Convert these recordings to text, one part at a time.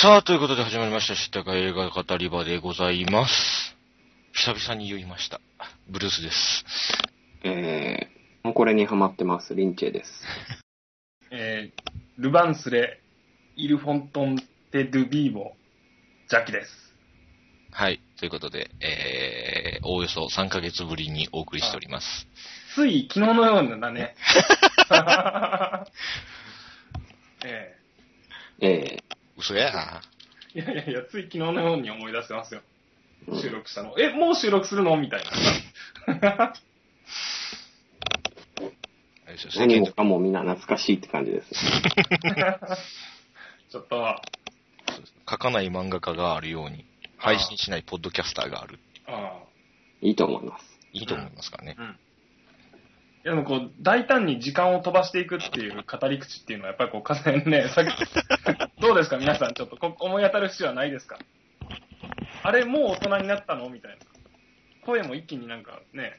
さあ、ということで始まりました、知ったか映画語り場でございます。久々に言いました。ブルースです。 もうこれにハマってます、リンチェです。 ルバンスレ、イルフォントンテ・ドゥ・ビーボ、ジャッキです。 はい、ということで、おおよそ3ヶ月ぶりにお送りしております。 つい昨日のようだね。 嘘や。 いや、つい昨日のように思い出せますよ。収録したの。もう収録するのみたいな。 何もかもみんな懐かしいって感じです。 ちょっと。 書かない漫画家があるように、配信しないポッドキャスターがある。 いいと思います。 いいと思いますからね。 いやでもこう、大胆に時間を飛ばしていくっていう語り口っていうのはやっぱりこう、かなりね、どうですか皆さん、ちょっと思い当たる節はないですか？あれ、もう大人になったのみたいな。声も一気になんかね、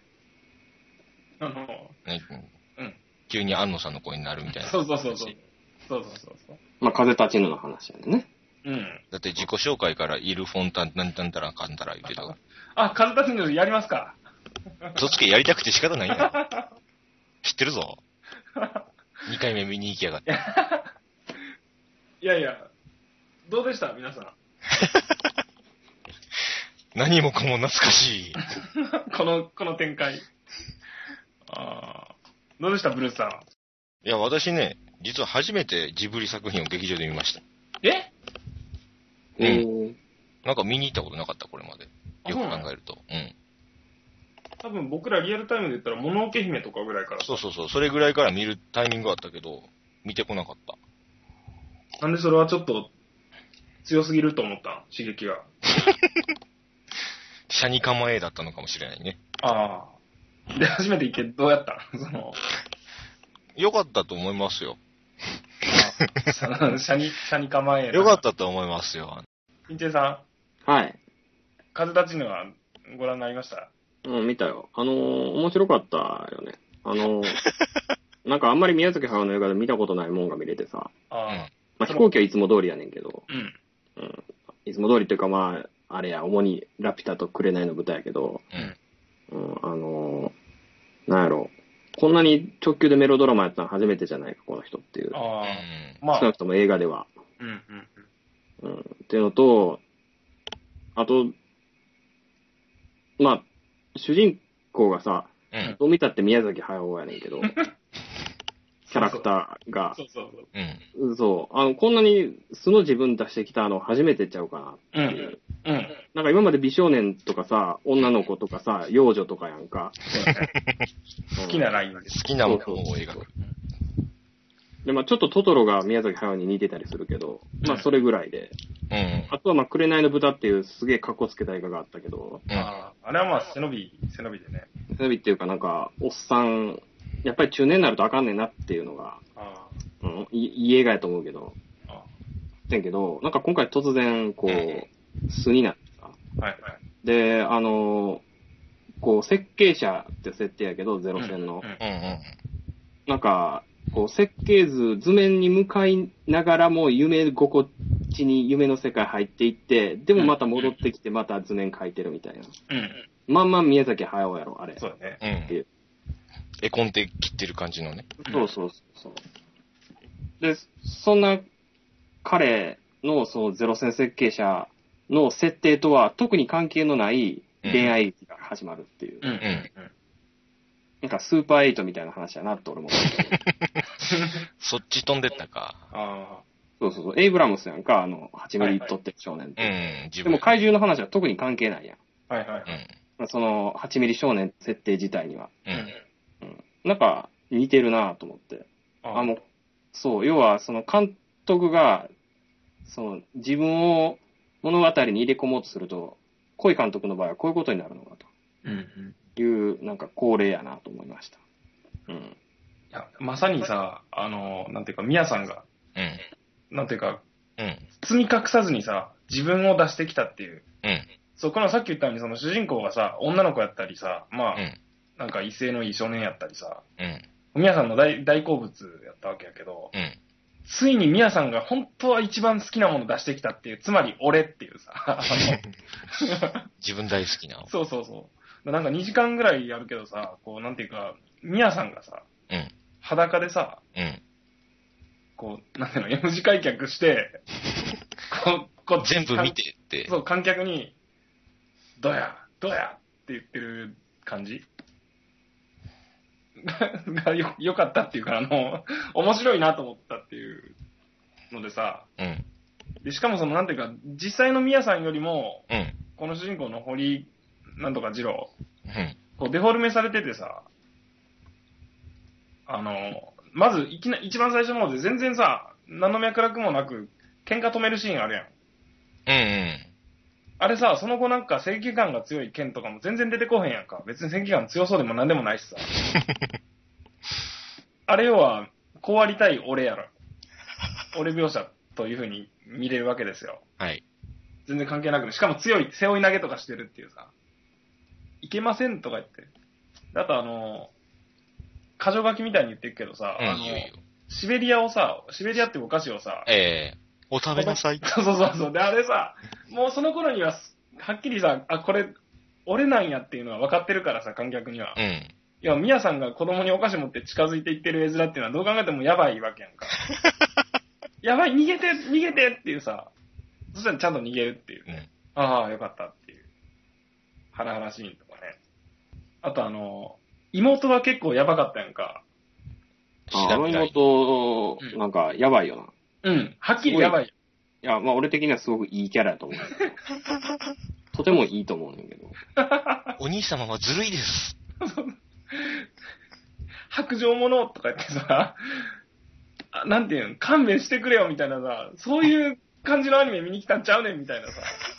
急に安野さんの声になるみたいな。 そう。 まあ、風立ちぬの話やね。 だって自己紹介からイルフォンタンなんたらかんたら言うけど。 風立ちぬやりますか？ 嘘つけやりたくて仕方ないんだ。知ってるぞ。2回目見に行きやがって。 いや、どうでした皆さん。 何もかも懐かしい。 この展開。どうでしたブルースさん。 いや、私ね、実は初めてジブリ作品を劇場で見ました。なんか見に行ったことなかった、これまで。よく考えると。 多分僕らリアルタイムで言ったら、もののけ姫とかぐらいから。 そう。それぐらいから見るタイミングがあったけど、見てこなかった。 なんでそれはちょっと強すぎると思った刺激が。 車に構えだったのかもしれないね。 で、初めて行ってどうやったよかったと思いますよ。 車に構え。 よかったと思いますよ。 インチェさん。はい。 風立ちぬはご覧になりました？ 見たよ。面白かったよね。なんかあんまり宮崎駿の映画で見たことないもんが見れてさ。まあ、飛行機はいつも通りやねんけど。いつも通りっていうかまあ、あれや、主にラピュタと紅の舞台やけど。なんやろ。こんなに直球でメロドラマやったの初めてじゃないか、この人っていう。まあ、少なくとも映画では。っていうのと、あと、まあ、主人公がさ、どう見たって宮崎駿やねんけど、キャラクターが。そう。こんなに素の自分出してきたの初めてちゃうかなっていう。なんか今まで美少年とかさ、女の子とかさ、幼女とかやんか。 好きなラインです。 好きなものを描く。 で、まあちょっとトトロが宮崎駿に似てたりするけど、まあそれぐらいで。あとはまあ紅の豚っていうすげえカッコつけた映画があったけど。 あれはまあ背伸びでね。 背伸びっていうかなんか、おっさん、やっぱり中年になるとあかんねんなっていうのが、いい映画やと思うけど、けど、なんか今回突然、こう、素になってさ。で、こう、設計者って設定やけど、ゼロ戦の。なんか、こう、設計図、図面に向かいながらも夢心地に夢の世界入っていって、でもまた戻ってきてまた図面描いてるみたいな。まんま宮崎駿やろ、あれ。 そうだね。 絵コンテ切ってる感じのね。 そう。で、そんな彼のそのゼロ戦設計者の設定とは特に関係のない恋愛劇が始まるっていう。なんかスーパーエイトみたいな話やなって俺も思ったけど。 そっち飛んでったか。 そう。エイブラムスやんか、8ミリ撮ってる少年って。でも怪獣の話は特に関係ないやん。その8ミリ少年設定自体には。なんか似てるなと思って。そう、要はその監督が、その自分を物語に入れ込もうとすると、濃い監督の場合はこういうことになるのかという、なんか恒例やなと思いました。 いや、まさにさ、なんていうか、宮さんが、なんていうか、包み隠さずにさ、自分を出してきたっていう。そう、このさっき言ったように、その主人公がさ、女の子やったりさ、まあ、なんか異性のいい少年やったりさ、宮さんの大好物やったわけやけど、 ついにミヤさんが本当は一番好きなもの出してきたっていう、つまり俺っていうさ、 自分大好きな。 そうそうそう。なんか2時間ぐらいやるけどさ、こう、なんていうか、ミヤさんがさ、 うん。 裸でさ、 うん。 こう、なんていうの、M 字開脚して、こう全部見てって。 そう、観客に、どやって言ってる感じがよかったっていうか、面白いなと思ったっていうのでさ、 うん。 で、しかもその、なんていうか、実際のミヤさんよりも、 うん。 この主人公の堀、なんとか二郎、 うん。 こう、デフォルメされててさ、まず、一番最初の方で全然さ、何の脈絡もなく、喧嘩止めるシーンあるやん。 うん。 あれさ、その後なんか正義感が強い剣とかも全然出てこへんやんか。別に正義感強そうでも何でもないしさ。あれ要は、こうありたい俺やろ。俺描写という風に見れるわけですよ。 はい。 全然関係なくね。しかも強い、背負い投げとかしてるっていうさ。いけませんとか言って。あと箇条書きみたいに言ってるけどさ、 いいよ。 シベリアってお菓子をさ、 お食べなさい。 そう。で、あれさ、もうその頃には、はっきりさ、あ、これ、俺なんやっていうのは分かってるからさ、観客には。 うん。 いや、ミヤさんが子供にお菓子持って近づいていってる絵面っていうのはどう考えてもやばいわけやんか。やばい、逃げてっていうさ、そしたらちゃんと逃げるっていう。 うん。 ああ、よかったっていう。ハラハラシーンとかね。あと妹は結構やばかったやんか。 妹、なんか、やばいよな。うん、はっきりやばいよ。 いや、まあ俺的にはすごくいいキャラやと思う。とてもいいと思うんだけど。 お兄様はずるいです。 白状者とか言ってさ、なんていうの、勘弁してくれよみたいなさ、そういう感じのアニメ見に来たんちゃうねんみたいなさ。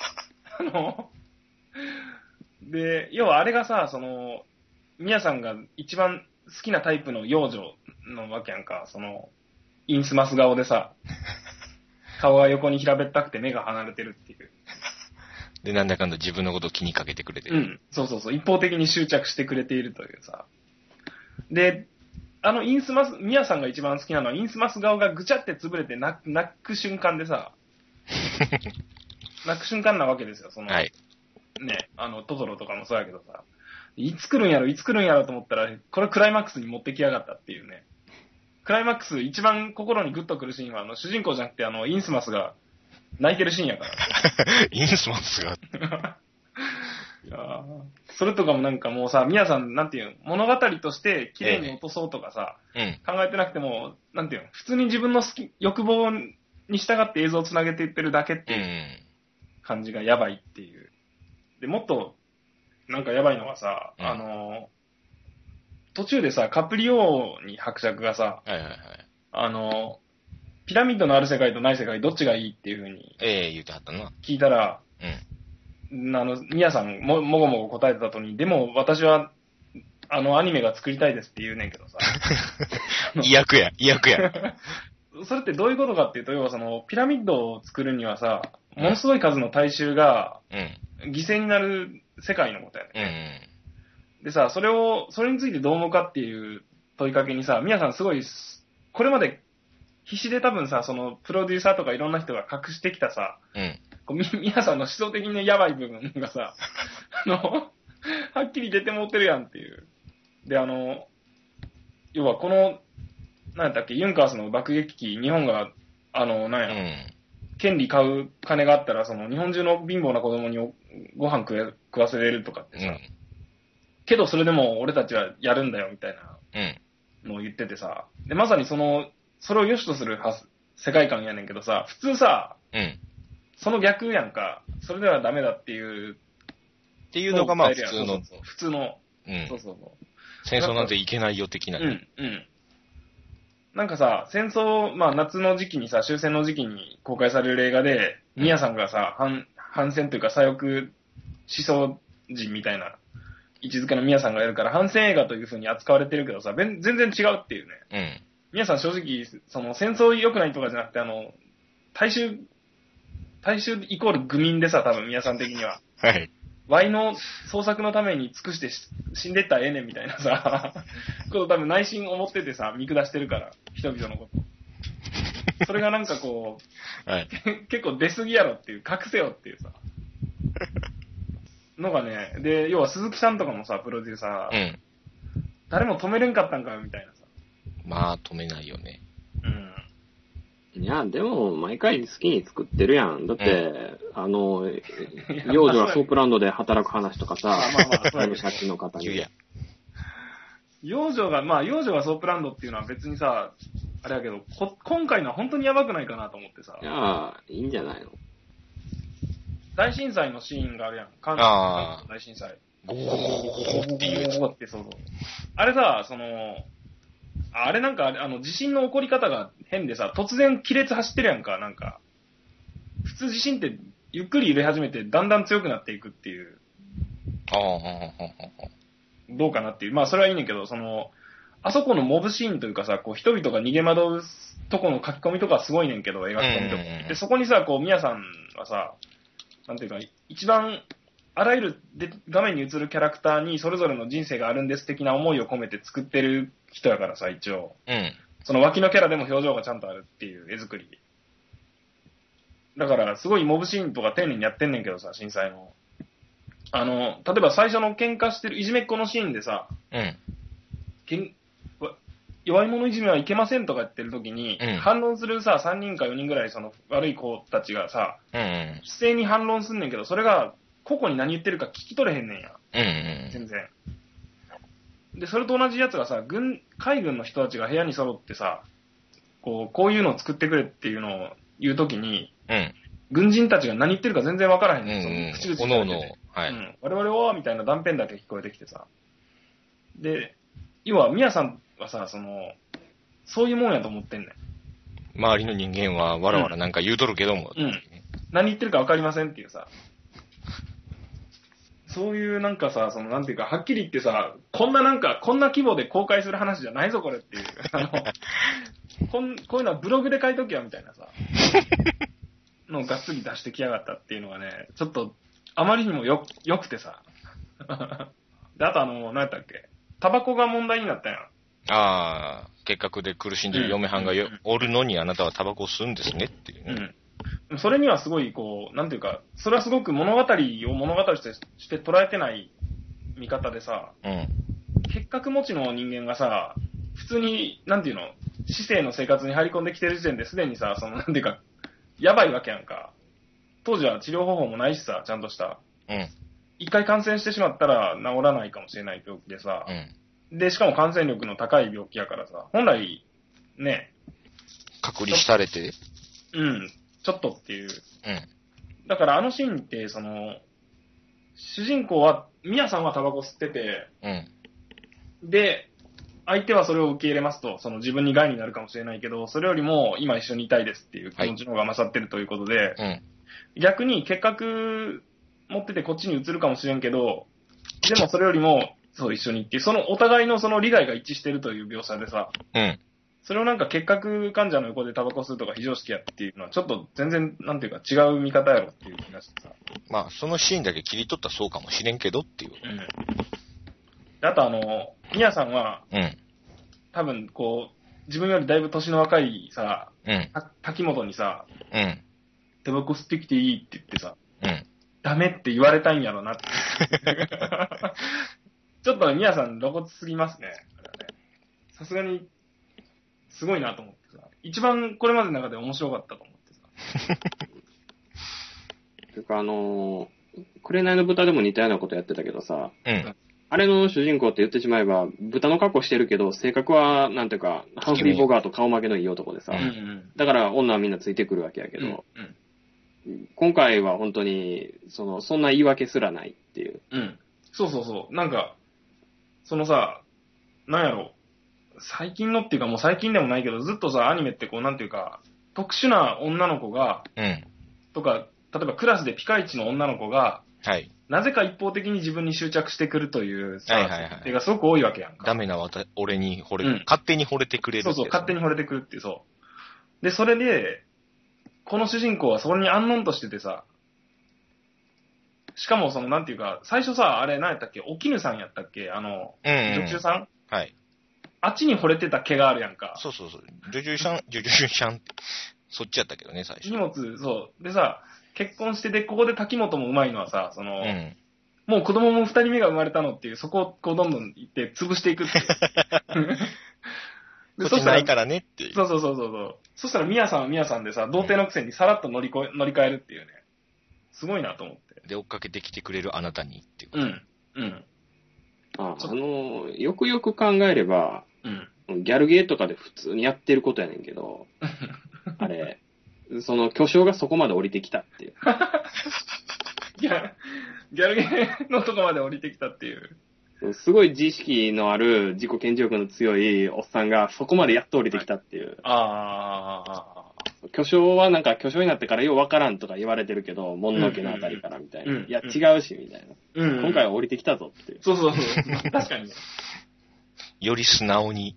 で、要はあれがさ、ミヤさんが一番好きなタイプの幼女のわけやんか、インスマス顔でさ、顔が横に平べったくて目が離れてるっていう。 で、なんだかんだ自分のことを気にかけてくれてる。 うん、そう。一方的に執着してくれているというさ。で、インスマス、ミヤさんが一番好きなのは、インスマス顔がぐちゃって潰れて泣く瞬間でさ、泣く瞬間なわけですよ、 はい。 ね、トトロとかもそうやけどさ、いつ来るんやろと思ったら、これクライマックスに持ってきやがったっていうね。クライマックス一番心にグッとくるシーンは、主人公じゃなくて、インスマスが泣いてるシーンやから。 インスマスが。 いやそれとかもなんかもうさ、ミヤさん、なんていうの、物語として綺麗に落とそうとかさ、考えてなくても、なんていうの、普通に自分の欲望に従って映像をつなげていってるだけっていう感じがやばいっていう。で、もっと、なんかやばいのがさ、途中でさ、カプリオに伯爵がさ、ピラミッドのある世界とない世界どっちがいいっていう風に言ってはったな。 聞いたら、ミヤさんもごもご答えてた後に、でも私は、アニメが作りたいですって言うねんけどさ。 意訳や。 それってどういうことかっていうと、要はピラミッドを作るにはさ、ものすごい数の大衆が、犠牲になる世界のことやね。でさ、それについてどう思うかっていう問いかけにさ、ミヤさんすごい、これまで必死で多分さ、プロデューサーとかいろんな人が隠してきたさ、ミヤさんの思想的にやばい部分がさ、はっきり出て持ってるやんっていう。で、要はなんだっけ、ユンカースの爆撃機、日本が、権利買う金があったら、日本中の貧乏な子供にご飯食わせれるとかってさ、けどそれでも俺たちはやるんだよみたいなのを言っててさ、で、まさにそれを良しとする世界観やねんけどさ、普通さ、その逆やんか、それではダメだっていう。 っていうのがまあ普通の。 普通の。 戦争なんていけないよ的な。 なんかさ、戦争、まあ夏の時期にさ、終戦の時期に公開される映画で、ミヤさんがさ、反戦というか左翼思想人みたいな位置づけのミヤさんがやるから、反戦映画という風に扱われてるけどさ、全然違うっていうね。ミヤさん正直、戦争良くないとかじゃなくて、大衆イコール愚民でさ、多分ミヤさん的には。 はい。 ワイの創作のために尽くして死んでったらええねんみたいなさ、こと多分内心思っててさ、見下してるから、人々のこと。 それがなんかこう、 はい。 結構出過ぎやろっていう、隠せよっていうさ、のがね、で、要は鈴木さんとかもさ、プロデューサー、 うん。 誰も止めれんかったんかよみたいなさ。 まあ、止めないよね。 いや、でも、毎回好きに作ってるやん。だって、 や幼女はソープランドで働く話とかさ、 まあまあそうやけど借金の方に。 言うや。 幼女がソープランドっていうのは別にさ、あれやけど、今回のは本当にやばくないかなと思ってさい、や、いいんじゃないの。 大震災のシーンがあるやん。関あー東大震災。 ゴゴゴゴゴゴっていうやつ。 ってそうそう。あれさ、あれなんか、地震の起こり方が変でさ、突然亀裂走ってるやんか、なんか。普通地震ってゆっくり揺れ始めてだんだん強くなっていくっていう、 ああ、 どうかなっていう。まあそれはいいねんけど、あそこのモブシーンというかさ、こう人々が逃げ惑うとこの書き込みとかすごいねんけど、描き込みとか。で、そこにさ、こう、宮さんはさ、なんていうか、一番、あらゆる画面に映るキャラクターにそれぞれの人生があるんです的な思いを込めて作ってる人やからさ、一応。 うん。 その脇のキャラでも表情がちゃんとあるっていう絵作り。だから、すごいモブシーンとか丁寧にやってんねんけどさ、震災の。例えば最初の喧嘩してるいじめっ子のシーンでさ、 うん。 弱い者いじめはいけませんとか言ってる時に、 うん反論するさ、3人か4人ぐらいその悪い子たちがさ、 うん。 一斉に反論すんねんけど、それが個々に何言ってるか聞き取れへんねんや。 うん。 全然。で、それと同じやつがさ、海軍の人たちが部屋に揃ってさ、こういうのを作ってくれっていうのを言うときに、 うん。 軍人たちが何言ってるか全然わからへんねん。 うん。 口々 おのおの。 に言っててはい。 我々は、みたいな断片だけ聞こえてきてさ。で、要は、宮さんはさ、そういうもんやと思ってんねん。 周りの人間はわらわらなんか言うとるけども。 うん。何言ってるかわかりませんっていうさ。そういうなんかさ、なんていうか、はっきり言ってさ、こんな規模で公開する話じゃないぞ、これっていう。こういうのはブログで書いときゃ、みたいなさ。のをがっつり出してきやがったっていうのがね、ちょっと、あまりにも良くてさ。で、あと何やったっけ、タバコが問題になったやん。 ああ、結核で苦しんでる嫁はんがおるのにあなたはタバコを吸うんですねっていうね。 うん。それにはすごい、なんていうか、それはすごく物語として捉えてない見方でさ、 うん。 結核持ちの人間がさ、普通に、なんていうの、市政の生活に入り込んできてる時点ですでにさ、なんていうか、やばいわけやんか。当時は治療方法もないしさ、ちゃんとした。 うん。 一回感染してしまったら治らないかもしれない病気でさ、 うん。 で、しかも感染力の高い病気やからさ、本来、ね、 隔離されて。 ちょっとっていう。 うん。 だからあのシーンって、主人公は、宮さんはタバコ吸ってて、 うん。 で、相手はそれを受け入れますと、自分に害になるかもしれないけど、それよりも今一緒にいたいですっていう気持ちの方が勝ってるということで、 うん。 逆に結核持っててこっちに移るかもしれんけど、でもそれよりも、そう一緒にっていう、お互いの利害が一致してるという描写でさ、 うん。 それをなんか結核患者の横でタバコ吸うとか非常識やっていうのは、ちょっと全然、なんていうか違う見方やろっていう気がしてさ。 まあ、そのシーンだけ切り取ったらそうかもしれんけどっていう。 であと宮さんは、 うん。 多分自分よりだいぶ年の若いさ、 うん。 滝本にさ、 うん。 タバコ吸ってきていいって言ってさ、 うん。 ダメって言われたいんやろなって。ちょっと宮さん露骨すぎますね。さすがに、すごいなと思ってさ。一番これまでの中で面白かったと思ってさ。 というか紅の豚でも似たようなことやってたけどさ、 うん。 あれの主人公って言ってしまえば、豚の格好してるけど、性格は、なんていうか、ハンフリー・ボガート顔負けのいい男でさ、だから女はみんなついてくるわけやけど、今回は本当に、そんな言い訳すらないっていう。 そうそうそう。なんか、なんやろ、最近のっていうかもう最近でもないけど、ずっとさ、アニメってなんていうか、特殊な女の子が、とか、例えばクラスでピカイチの女の子が、 はい。 なぜか一方的に自分に執着してくるというさ、 設定がすごく多いわけやんか。 ダメな俺に惚れ、勝手に惚れてくれるって。 そう、勝手に惚れてくるっていう、そう。で、それで、この主人公はそれに安穏としててさ、しかもなんていうか、最初さ、あれ何やったっけ、お絹さんやったっけ女中さんはい。 あっちに惚れてた毛があるやんか。 そう。ジョジョシャンって、そっちやったけどね、最初。 荷物、そう。でさ、結婚してで、ここで滝本もうまいのはさ、 うん。 もう子供も二人目が生まれたのっていう、そこをこうどんどん行って潰していくっていう。 こっちないからねっていう。 そう。そしたらミヤさんはミヤさんでさ、童貞のくせにさらっと乗り換えるっていうね。すごいなと思って。 で、追っかけてきてくれるあなたにっていうこよと。 くよく考えれば、ギャルゲーとかで普通にやってることやねんけど、あれ、その巨匠がそこまで降りてきたっていう。 ギャルゲーのとこまで降りてきたっていう。 すごい自意識のある自己顕示欲の強いおっさんがそこまでやっと降りてきたっていう。巨匠はなんか巨匠になってからようわからんとか言われてるけど、もんのけのあたりからみたいな。いや、違うし、みたいな。今回は降りてきたぞっていう。 そう。確かにね。 より素直に。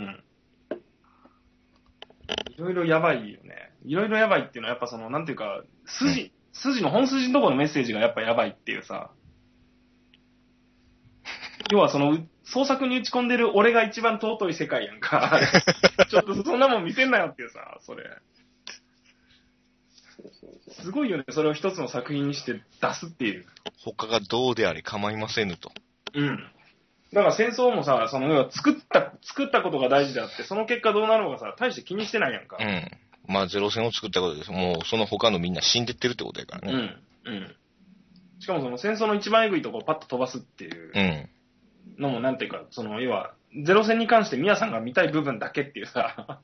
いろいろやばいよね。いろいろやばいっていうのはやっぱその、なんていうか、本筋のところのメッセージがやっぱやばいっていうさ。要はその、創作に打ち込んでる俺が一番尊い世界やんか。ちょっとそんなもん見せんなよっていうさ、それ。すごいよね、それを一つの作品にして出すっていう。 他がどうであれ構いませぬと。 だから戦争もさ、その要は作ったことが大事であって、その結果どうなるのかさ、大して気にしてないやんか。 まあゼロ戦を作ったことです。もうその他のみんな死んでってるってことやからね。 しかもその戦争の一番エグいところをパッと飛ばすっていうのもなんていうか、その要は、ゼロ戦に関してミヤさんが見たい部分だけっていうさ、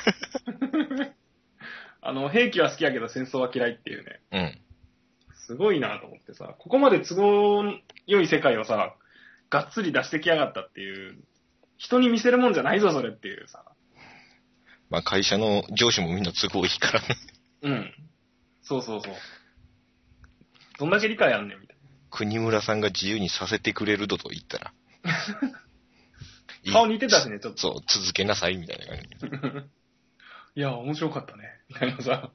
兵器は好きやけど戦争は嫌いっていうね。すごいなと思ってさ、ここまで都合良い世界をさ、がっつり出してきやがったっていう、人に見せるもんじゃないぞ、それっていうさ。 まあ会社の上司もみんな都合いいからね。 そう。どんだけ理解あんねん、みたいな。 国村さんが自由にさせてくれると言ったら。 顔似てたしね、ちょっと。 そう、続けなさい、みたいな感じ。 いや、面白かったね。みたいなさ。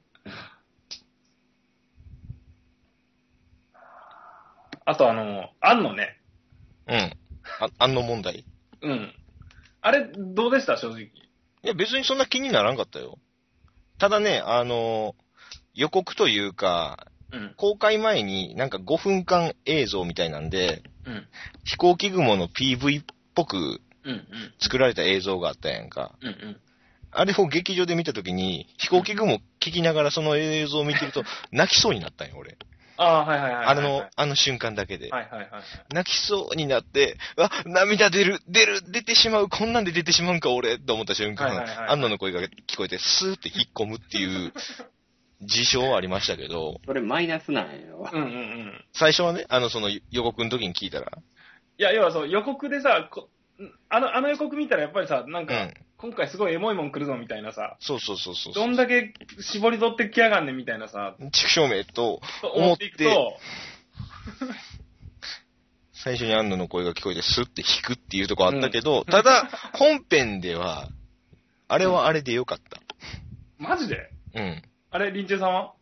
あとあんのね。 あんの問題。 あれ、どうでした正直。 いや、別にそんな気にならんかったよ。ただね、予告というか、公開前になんか5分間映像みたいなんで、飛行機雲の PV っぽく作られた映像があったやんか。あれを劇場で見たときに、飛行機雲聞きながらその映像を見てると、泣きそうになったんよ、俺。あの瞬間だけで。泣きそうになって、涙出てしまう、こんなんで出てしまうんか、俺、と思った瞬間、安野の声が聞こえて、スーって引っ込むっていう、事象はありましたけど。 それマイナスなんよ。 最初はね、その予告の時に聞いたら。 いや、要はそう、予告でさ、あの予告見たらやっぱりさ、なんか、今回すごいエモいもん来るぞみたいなさ。 そう。 どんだけ絞り取ってきやがんねんみたいなさ。 畜生名と思っていくと、最初に安野の声が聞こえてスッて弾くっていうとこあったけど、ただ、本編では、あれはあれでよかった。 マジで？あれ、リンチェさんは？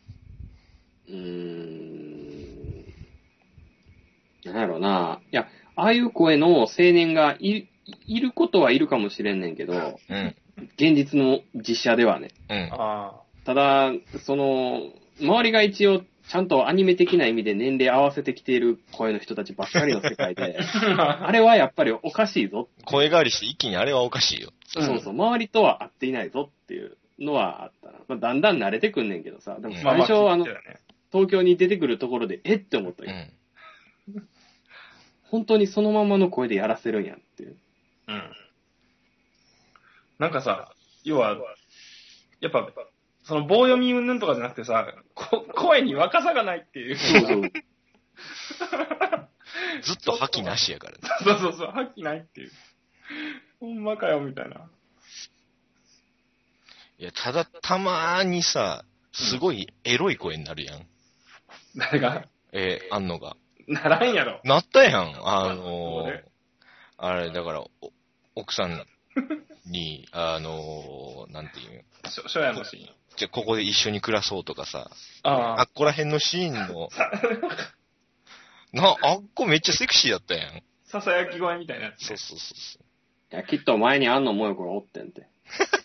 なんやろな。いや、ああいう声の青年がいることはいるかもしれんねんけど、現実の実写ではね。ただ、周りが一応、ちゃんとアニメ的な意味で年齢合わせてきている声の人たちばっかりの世界で、あれはやっぱりおかしいぞ。 声変わりして一気にあれはおかしいよ。 そう、周りとは合っていないぞっていうのはあったな。まあ、だんだん慣れてくんねんけどさ、でも最初、東京に出てくるところで、って思ったけど、本当にそのままの声でやらせるんやっていう。 なんかさ、要は、やっぱ、その棒読み云々とかじゃなくてさ、声に若さがないっていう。 そう。 ずっと覇気なしやからね。 そう、覇気ないっていう。ほんまかよ、みたいな。 いや、ただ、たまーにさ、すごいエロい声になるやん。 誰が？ 安野が。 ならんやろ。 なったやん。あれ、だから、奥さんに、なんていう。 初夜のシーン。 じゃ、ここで一緒に暮らそうとかさ。 あっこら辺のシーンの。あっこめっちゃセクシーだったやん。 ささやき声みたいなやつ。 そう。 いや、きっと前に安野萌子がおってんて。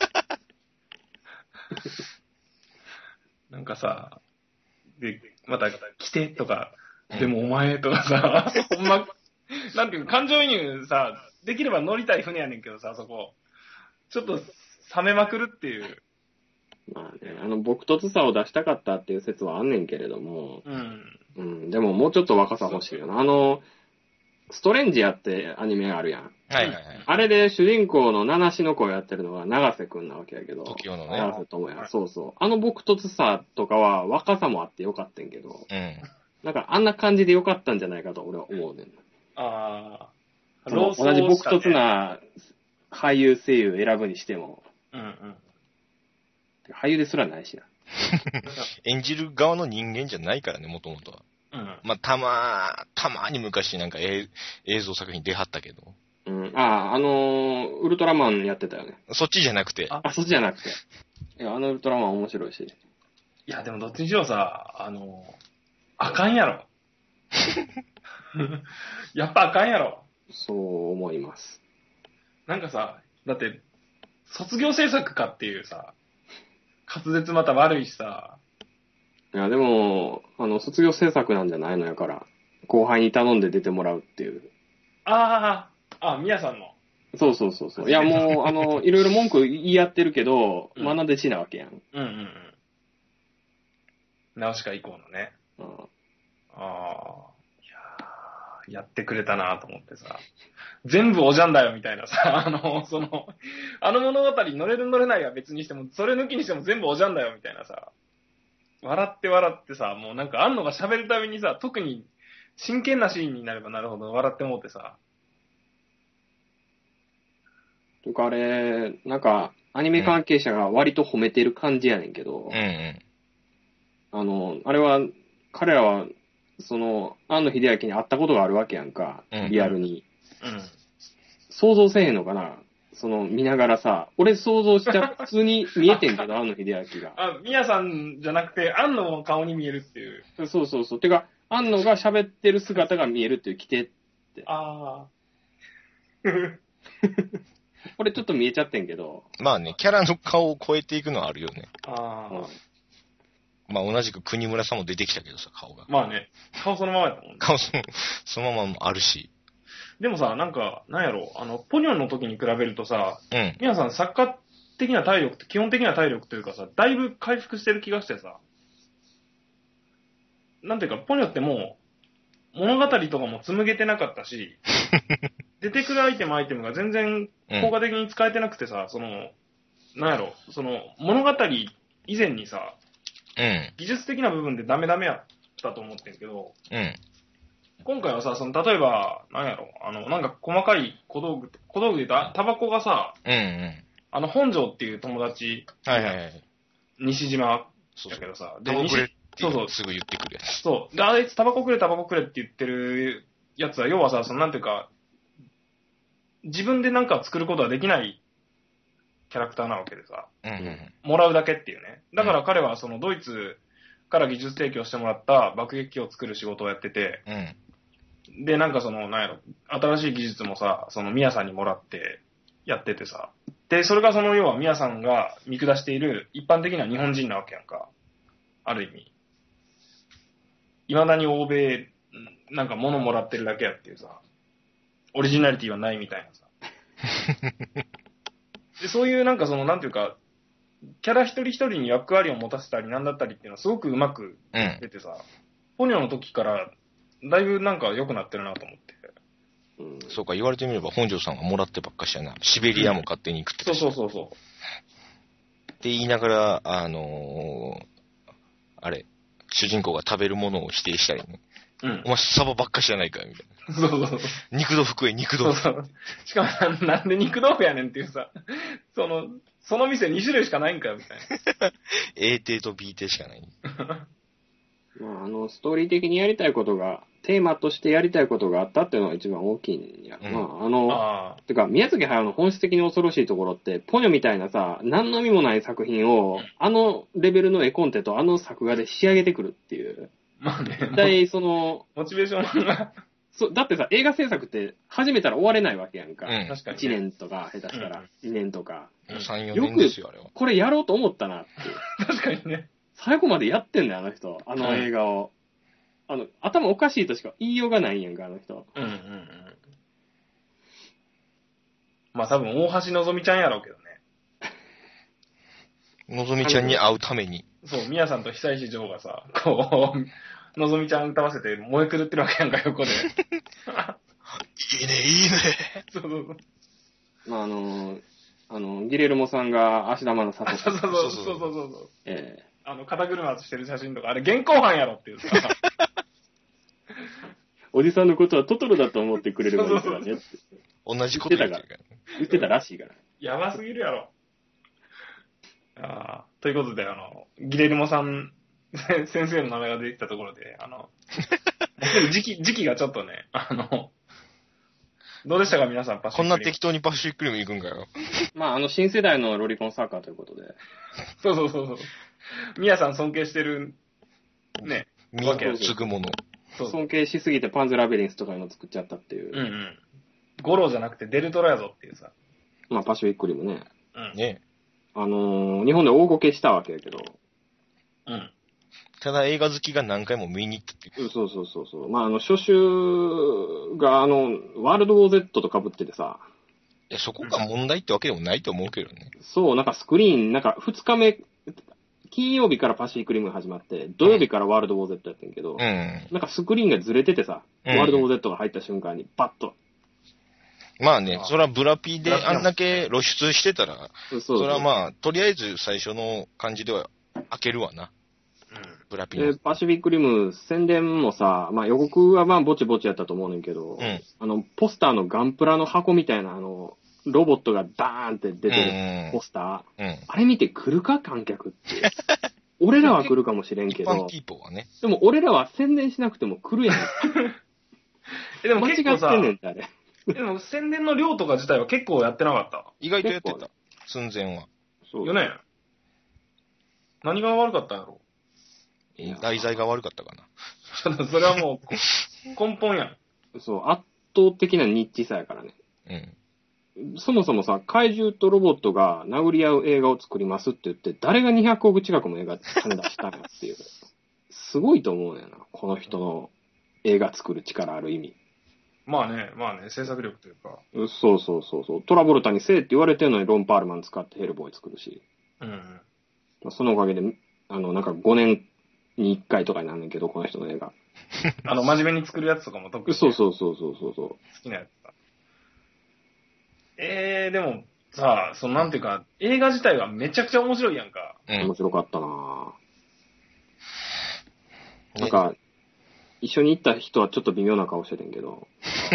なんかさ、で、また、来てとか、でもお前とかさ、ほんま、なんていうの、感情移入さ、できれば乗りたい船やねんけどさ、そこ。ちょっと、冷めまくるっていう。 まあね、朴突さを出したかったっていう説はあんねんけれども、うん、でももうちょっと若さ欲しいよな。ストレンジアってアニメがあるやん。 はいはいはい。 あれで主人公の七志の声をやってるのが長瀬くんなわけやけど。 時代のね。 長瀬智也。そうそう。朴突さとかは若さもあってよかったんけど、なんかあんな感じでよかったんじゃないかと俺は思うねん。 ああ。 同じ朴突な俳優声優選ぶにしても、俳優ですらないしな。 演じる側の人間じゃないからね、もともとは。まあ、たまーに昔なんか映像作品出はったけど。 ウルトラマンやってたよね。 そっちじゃなくて。 そっちじゃなくて。いや、ウルトラマン面白いし。いや、でもどっちにしろさ、あかんやろ。やっぱあかんやろ。 そう思います。 なんかさ、だって、卒業制作かっていうさ、滑舌また悪いしさ。 いや、でも、卒業制作なんじゃないのやから、後輩に頼んで出てもらうっていう。 みやさんの。 そう。いや、もう、いろいろ文句言い合ってるけど、学んでちなわけやん。 ナウシカ以降のね。やってくれたなと思ってさ。全部おじゃんだよみたいなさ、あの物語乗れる乗れないは別にしても、それ抜きにしても全部おじゃんだよみたいなさ。笑ってさ、もうなんか、安野が喋るたびにさ、特に真剣なシーンになればなるほど笑ってもうてさ。 とかあれ、なんか、アニメ関係者が割と褒めてる感じやねんけど、あれは、彼らは、庵野秀明に会ったことがあるわけやんか、リアルに。想像せえへんのかな見ながらさ、俺想像しちゃ普通に見えてんけど、庵野秀明が。 宮さんじゃなくて、庵野の顔に見えるっていう。 そう。てか、庵野が喋ってる姿が見えるっていう規定って。俺ちょっと見えちゃってんけど。 まあね、キャラの顔を超えていくのはあるよね。まあ同じく国村さんも出てきたけどさ、顔が。 まあね、顔そのままやったもんね。 顔そのままもあるし。 でもさ、なんやろ、ポニョンの時に比べるとさ、皆さん作家的な体力、基本的な体力というかさ、だいぶ回復してる気がしてさ、なんていうか、ポニョってもう、物語とかも紡げてなかったし、出てくるアイテムが全然効果的に使えてなくてさ、物語以前にさ、技術的な部分でダメやったと思ってんけど、今回はさ、例えば、なんか細かい小道具で言うと、タバコがさ、本庄っていう友達、西島やけどさ、 タバコくれってすぐ言ってくるやつ。 そう。で、あいつタバコくれって言ってるやつは、要はさ、なんていうか、自分でなんか作ることはできないキャラクターなわけでさ、もらうだけっていうね。だから彼はドイツから技術提供してもらった爆撃機を作る仕事をやってて、で、なんか新しい技術もさ、ミヤさんにもらってやっててさ、で、それが要はミヤさんが見下している一般的な日本人なわけやんか。ある意味。未だに欧米、なんか物もらってるだけやっていうさ、オリジナリティはないみたいなさ。で、そういうなんかなんていうか、キャラ一人一人に役割を持たせたりなんだったりっていうのはすごくうまく出てさ、ポニョの時からだいぶなんか良くなってるなと思って。 そうか、言われてみれば本庄さんはもらってばっかしやな。シベリアも勝手に食ってたし。 そう。 って言いながら、あれ、主人公が食べるものを否定したりね。お前サバばっかしやないかよ、みたいな。 そう。 肉豆腐食え、肉豆腐。 そう。しかもなんで肉豆腐やねんっていうさ、その店2種類しかないんかよ、みたいな。 A 艇と B 艇しかない。 ストーリー的にやりたいことが、テーマとしてやりたいことがあったっていうのが一番大きいんや。てか、宮崎駿の本質的に恐ろしいところって、ポニョみたいなさ、何の意味もない作品を、レベルの絵コンテと作画で仕上げてくるっていう。 まあね。 絶対モチベーションが。 だってさ、映画制作って始めたら終われないわけやんか。 確かに、 1年とか、下手したら2年とか。 3、4年ですよ、あれは。 これやろうと思ったなって。 確かにね。 最後までやってんだよ、あの人。あの映画を。頭おかしいとしか言いようがないんやんか、あの人。 まあ多分、大橋のぞみちゃんやろうけどね。 のぞみちゃんに会うために。 そう、みやさんと久石譲がさ、こう、のぞみちゃん歌わせて燃え狂ってるわけやんか、横で。いいね、いいね。 そうそうそう。 まあ、ギレルモさんが芦田愛菜さん。 そう。肩車してる写真とか、あれ現行犯やろっていうさ。 おじさんのことはトトロだと思ってくれればいいからねって。 同じこと言ってたらしいから。 やばすぎるやろ。ということで、ギレルモさん、先生の名前が出てきたところで、時期がちょっとね、どうでしたか皆さん、 パシフィックリム。こんな適当にパシフィックリム行くんかよ。 まあ、新世代のロリコンサッカーということで。 そう。ミヤさん尊敬してる、ね。 わけつぐもの。 尊敬しすぎてパンズラビリンスとかいうの作っちゃったっていう。 ゴロじゃなくてデルトロやぞっていうさ。 まあ、パシフィックリムね。 ね。 日本で大ごけしたわけやけど。 ただ映画好きが何回も見に行ったっていう。 そう。まあ、初週がワールドウォー Z と被っててさ。 いや、そこが問題ってわけでもないと思うけどね。 そう、なんかスクリーン、なんか2日目、金曜日からパシフィックリムが始まって、土曜日からワールドウォー Z やってんけど、なんかスクリーンがずれててさ、ワールドウォー Z が入った瞬間にバッと。 まあね、それはブラピであんだけ露出してたら、それはまあ、とりあえず最初の感じでは開けるわな。ブラピパシフィックリム宣伝もさ、まあ予告はまあぼちぼちやったと思うねんけど、ポスターのガンプラの箱みたいなロボットがダーンって出てるポスター、あれ見て来るか観客って。俺らは来るかもしれんけど、 ね、 でも俺らは宣伝しなくても来るやん。 でも結構さ、 間違ってんねんってあれ。 でも宣伝の量とか自体は結構やってなかった。 意外とやってた。寸前は。 そうよね。何が悪かったんやろ。 題材が悪かったかな。 ちょっとそれはもう根本やん。 そう、圧倒的なニッチさやからね。そもそもさ、怪獣とロボットが殴り合う映画を作りますって言って、誰が200億近くも映画金出したんやっていう。すごいと思うんやな、この人の映画作る力ある意味。 まあね、制作力というか。 そう。トラボルタにせえって言われてるのにロン・パールマン使ってヘルボーイ作るし。そのおかげで、なんか5年に1回とかになんねんけど、この人の映画。 真面目に作るやつとかも特に、 そう。 好きなやつだ。でも、さなんていうか、映画自体はめちゃくちゃ面白いやんか。 面白かったなぁ。なんか、一緒に行った人はちょっと微妙な顔しててんけど。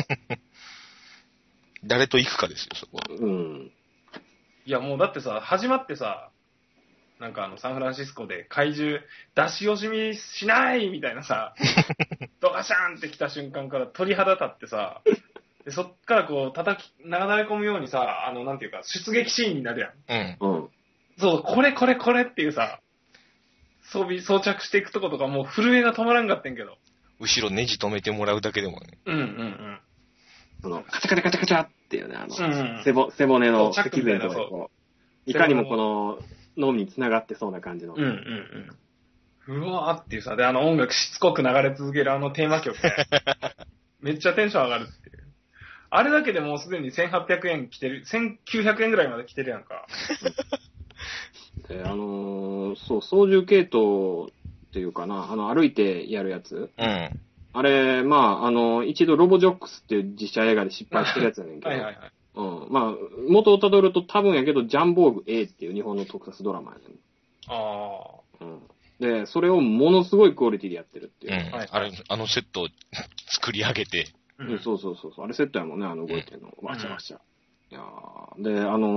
誰と行くかですよ、そこは。 いや、もうだってさ、始まってさ、なんかサンフランシスコで怪獣出し惜しみしないみたいなさ、ドカシャーンって来た瞬間から鳥肌立ってさ、でそっからこう流れ込むようにさ、なんていうか、出撃シーンになるやん。そう、これっていうさ、装着していくとことかもう震えが止まらんかってんけど。 後ろネジ止めてもらうだけでもね。 カチャカチャカチャカチャっていうね、背骨の脊髄のところこう、いかにもこの脳に繋がってそうな感じの。 うわーっていうさ、で音楽しつこく流れ続けるテーマ曲ね。めっちゃテンション上がるっていう。あれだけでもうすでに1800円来てる、1900円ぐらいまで来てるやんか。 でそう、操縦系統っていうかな、歩いてやるやつ。あれ、まあ、一度ロボジョックスっていう実写映画で失敗してるやつやねんけど。まあ、元をたどると多分やけど、ジャンボーグ A っていう日本の特撮ドラマやねん。で、それをものすごいクオリティでやってるっていう。 あれ、セットを作り上げて。 そう。あれセットやもんね、動いてるの。わちゃわちゃ。いやで、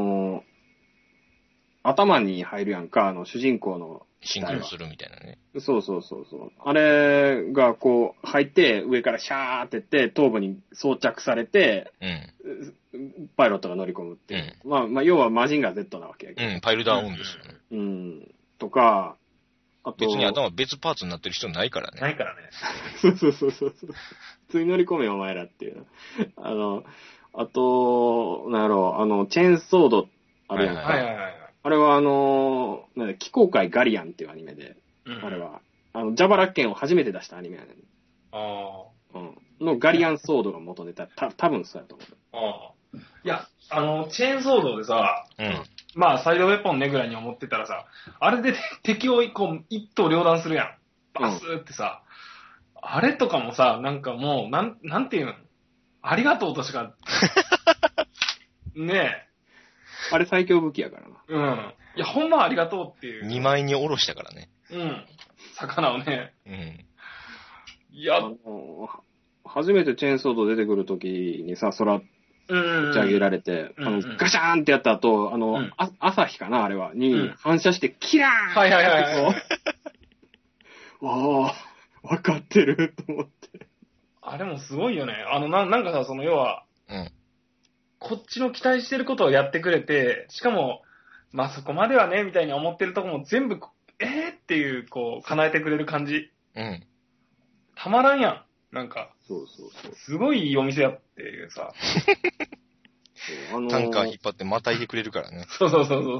頭に入るやんか、主人公の。 シンクロするみたいなね。 そう。あれがこう、入って上からシャーってって、頭部に装着されて、パイロットが乗り込むっていう。まあ、要はマジンガー Z なわけやけど。 パイルダーオンですよね。 とか、 あと、 別に頭別パーツになってる人ないからね。 ないからね。 そう。普通に乗り込めよ、お前らっていう。あと、なんやろ、チェーンソードあるやんか。 はい。 あれは機構界ガリアンっていうアニメで、あれは、ジャバラッケンを初めて出したアニメやねん。のガリアンソードが元ネタ。多分そうやと思う。いや、チェーンソードでさ、まあ、サイドウェポンねぐらいに思ってたらさ、あれで敵を一刀両断するやん。バスーってさ、あれとかもさ、なんかもう、なんていうの、ありがとうとしか、ねえ。 あれ最強武器やからな。いや、ほんまありがとうっていう。 2枚におろしたからね。 魚をね。いや、 初めてチェーンソード出てくるときにさ、打ち上げられて、ガシャーンってやった後、朝日かな、あれは、に反射してキラーンわかってると思って。 あれもすごいよね。なんかさ、要は、こっちの期待してることをやってくれて、しかも、まあそこまではね、みたいに思ってるとこも全部、っていう、叶えてくれる感じ。たまらんやん。なんか。 そう。 すごいいいお店やっていうさ。 タンカー引っ張ってまたいでくれるからね。 そう。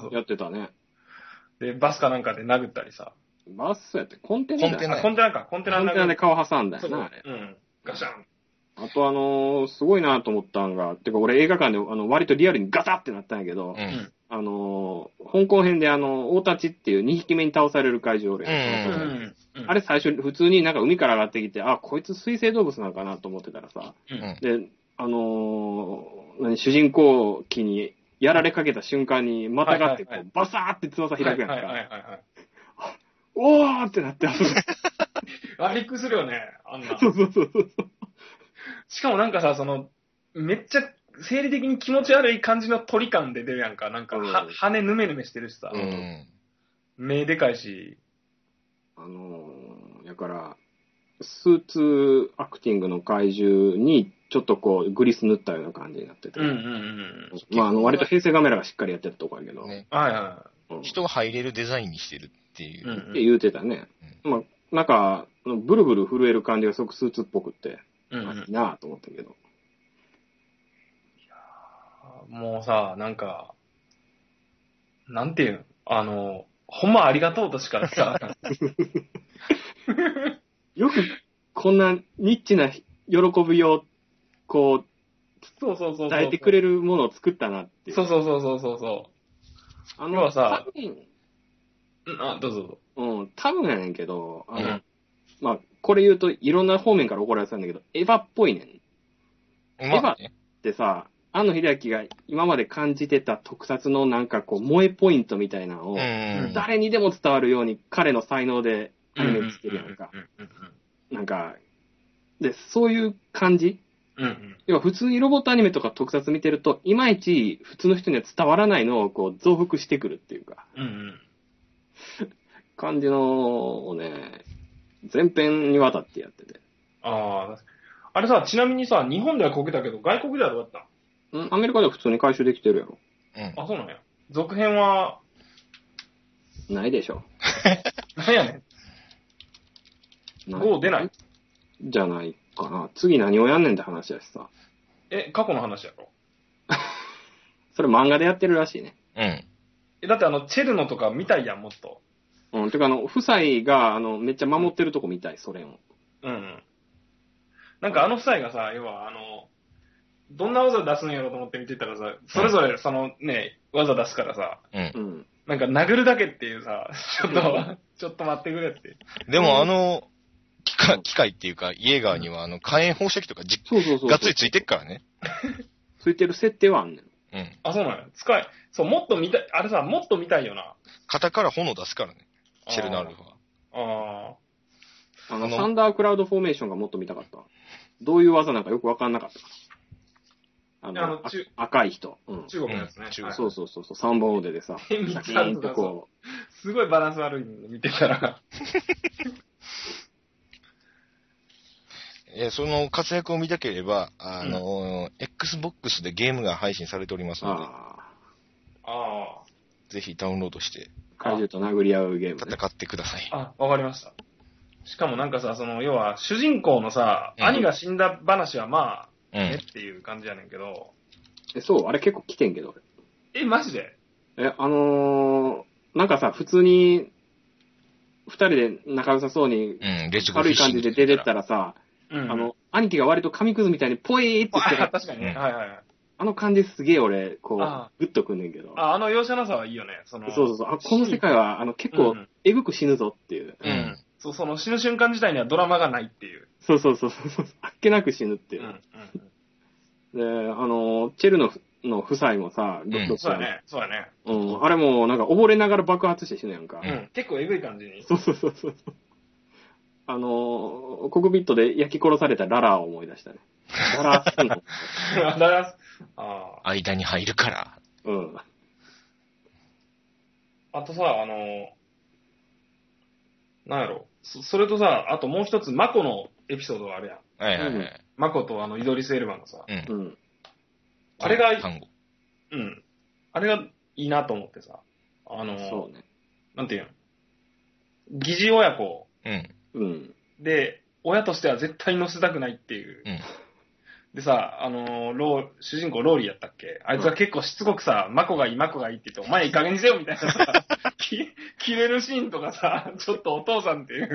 やってたね。 で、バスかなんかで殴ったりさ。 バスやって、コンテナか。コンテナで顔挟んだよな、あれ。 ガシャン。 あとすごいなと思ったんが、てか俺映画館で割とリアルにガタってなったんやけど、香港編で大立ちっていう2匹目に倒される怪獣おるやん。あれ最初普通になんか海から上がってきて、こいつ水生動物なのかなと思ってたらさ、で、主人公機にやられかけた瞬間にまたがってバサーって翼開くやんか。おーってなって、 びっくりするよね、あんな。 そう。 しかもなんかさ、めっちゃ生理的に気持ち悪い感じの鳥感で出るやんか。なんか、羽ぬめぬめしてるしさ。目でかいし。 だから、スーツアクティングの怪獣に、ちょっとグリス塗ったような感じになってて。まあ、割と平成カメラがしっかりやってるとこやけど。 人が入れるデザインにしてるっていう。 って言うてたね。まあ、なんか、ブルブル震える感じがすごくスーツっぽくって、いいなぁと思ったけど。 もうさ、なんか、なんていうのほんまありがとうとしかさ。 よく、こんなニッチな喜びを、 そう。 伝えてくれるものを作ったなっていう。 そう。要はさ、どうぞ。 多分やねんけど、まあ、これ言うといろんな方面から怒られてたんだけど、エヴァっぽいねん。エヴァってさ、庵野秀明が今まで感じてた特撮のなんか萌えポイントみたいなのを、誰にでも伝わるように彼の才能でアニメ作るやんか。なんか、で、そういう感じ、要は普通にロボットアニメとか特撮見てると、いまいち普通の人には伝わらないのを増幅してくるっていうか、感じのをね、全編にわたってやってて。 あれさ、ちなみにさ、日本ではこけたけど、外国ではどうだった？ アメリカでは普通に回収できてるやろ。 そうなんや。続編はないでしょ。 なんやねん。5出ない？ じゃないかな。次何をやんねんって話やしさ。 過去の話やろ？ それ漫画でやってるらしいね。 だってチェルノとか見たいやん、もっと。 てか夫妻がめっちゃ守ってるとこ見たい、ソ連を。 なんか夫妻がさ、要はどんな技出すんやろうと思って見てたらさ、それぞれ技出すからさ、なんか殴るだけっていうさ、ちょっと待ってくれって。 でも機械っていうか、イエーガーには火炎放射器とかがっつりついてっからね。 ついてる設定はあんねん。 そうなんや。もっと見たい、あれさ、もっと見たいよな。 肩から炎出すからね。シェルナールフは。サンダークラウドフォーメーションがもっと見たかった。どういう技なんかよくわかんなかったから。赤い人。 中国のやつね。 そう。3本腕でさ。シャキーンとすごいバランス悪いの見てたら。 その活躍を見たければ、Xbox でゲームが配信されておりますので。ぜひダウンロードして。 怪獣と殴り合うゲーム、 戦ってください。 あ、わかりました。しかもなんかさ、要は、主人公のさ、兄が死んだ話はまあ、ねっていう感じやねんけど。 そう、あれ結構来てんけど、 俺。マジで？ なんかさ、普通に、二人で仲良さそうに、軽い感じで出てったらさ、兄貴が割と紙くずみたいにポイーって言って確かにね。はいはいはい。 あの感じすげえ俺、こう、グッとくんねんけど。 容赦なさはいいよね。 そう。この世界は、結構、えぐく死ぬぞっていう。 そう、死ぬ瞬間自体にはドラマがないっていう。 そう。あっけなく死ぬっていう。で、チェルの夫妻もさ、 そうやね。 あれもなんか溺れながら爆発して死ぬやんか。 結構えぐい感じに。 そう。コクピットで焼き殺されたララを思い出したね。ララスの。 間に入るから。 あとさ、なんやろ。それとさ、あともう一つ、マコのエピソードがあるやん。 はい。 マコとイドリス・エルバのさ。あれが、あれがいいなと思ってさ。 そうね。 なんていうの？疑似親子。で、親としては絶対乗せたくないっていう。でさ、主人公ローリーやったっけ？あいつは結構しつこくさ、マコがいいって言って、お前いい加減にせよみたいなさ、切れるシーンとかさ、ちょっとお父さんっていう。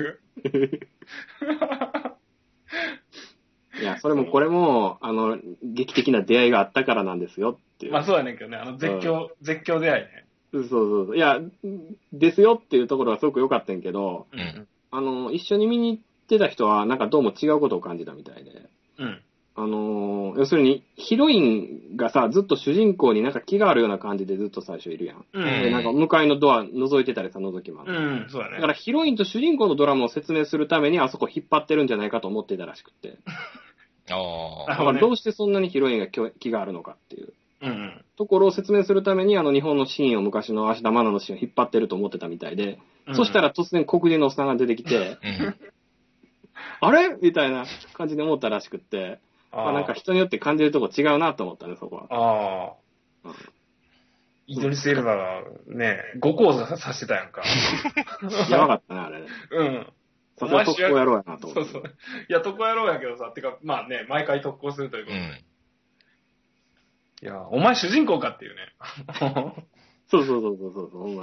いや、それもこれも、劇的な出会いがあったからなんですよっていう。 まあそうやねんけどね、絶叫出会いね。 そう。いや、ですよっていうところがすごく良かったんやけど、一緒に見に行ってた人は、なんかどうも違うことを感じたみたいで。要するに、ヒロインがさ、ずっと主人公になんか気があるような感じでずっと最初いるやん。で、なんか向かいのドア覗いてたりさ、覗きまん。そうだね。 だからヒロインと主人公のドラマを説明するためにあそこ引っ張ってるんじゃないかと思ってたらしくって。だからどうしてそんなにヒロインが気があるのかっていう。ところを説明するために日本のシーンを昔の芦田愛菜のシーンを引っ張ってると思ってたみたいで、そしたら突然黒人のおっさんが出てきて、あれみたいな感じで思ったらしくって、なんか人によって感じるとこ違うなと思ったね、そこは。 イドリス・エルバがね、5講座させてたやんか。 やばかったね、あれ。さすが特攻やろうやなと思って。 そう。いや、特攻やろうやけどさ、てか、まあね、毎回特攻するということで。いや、お前主人公かっていうね。 そう。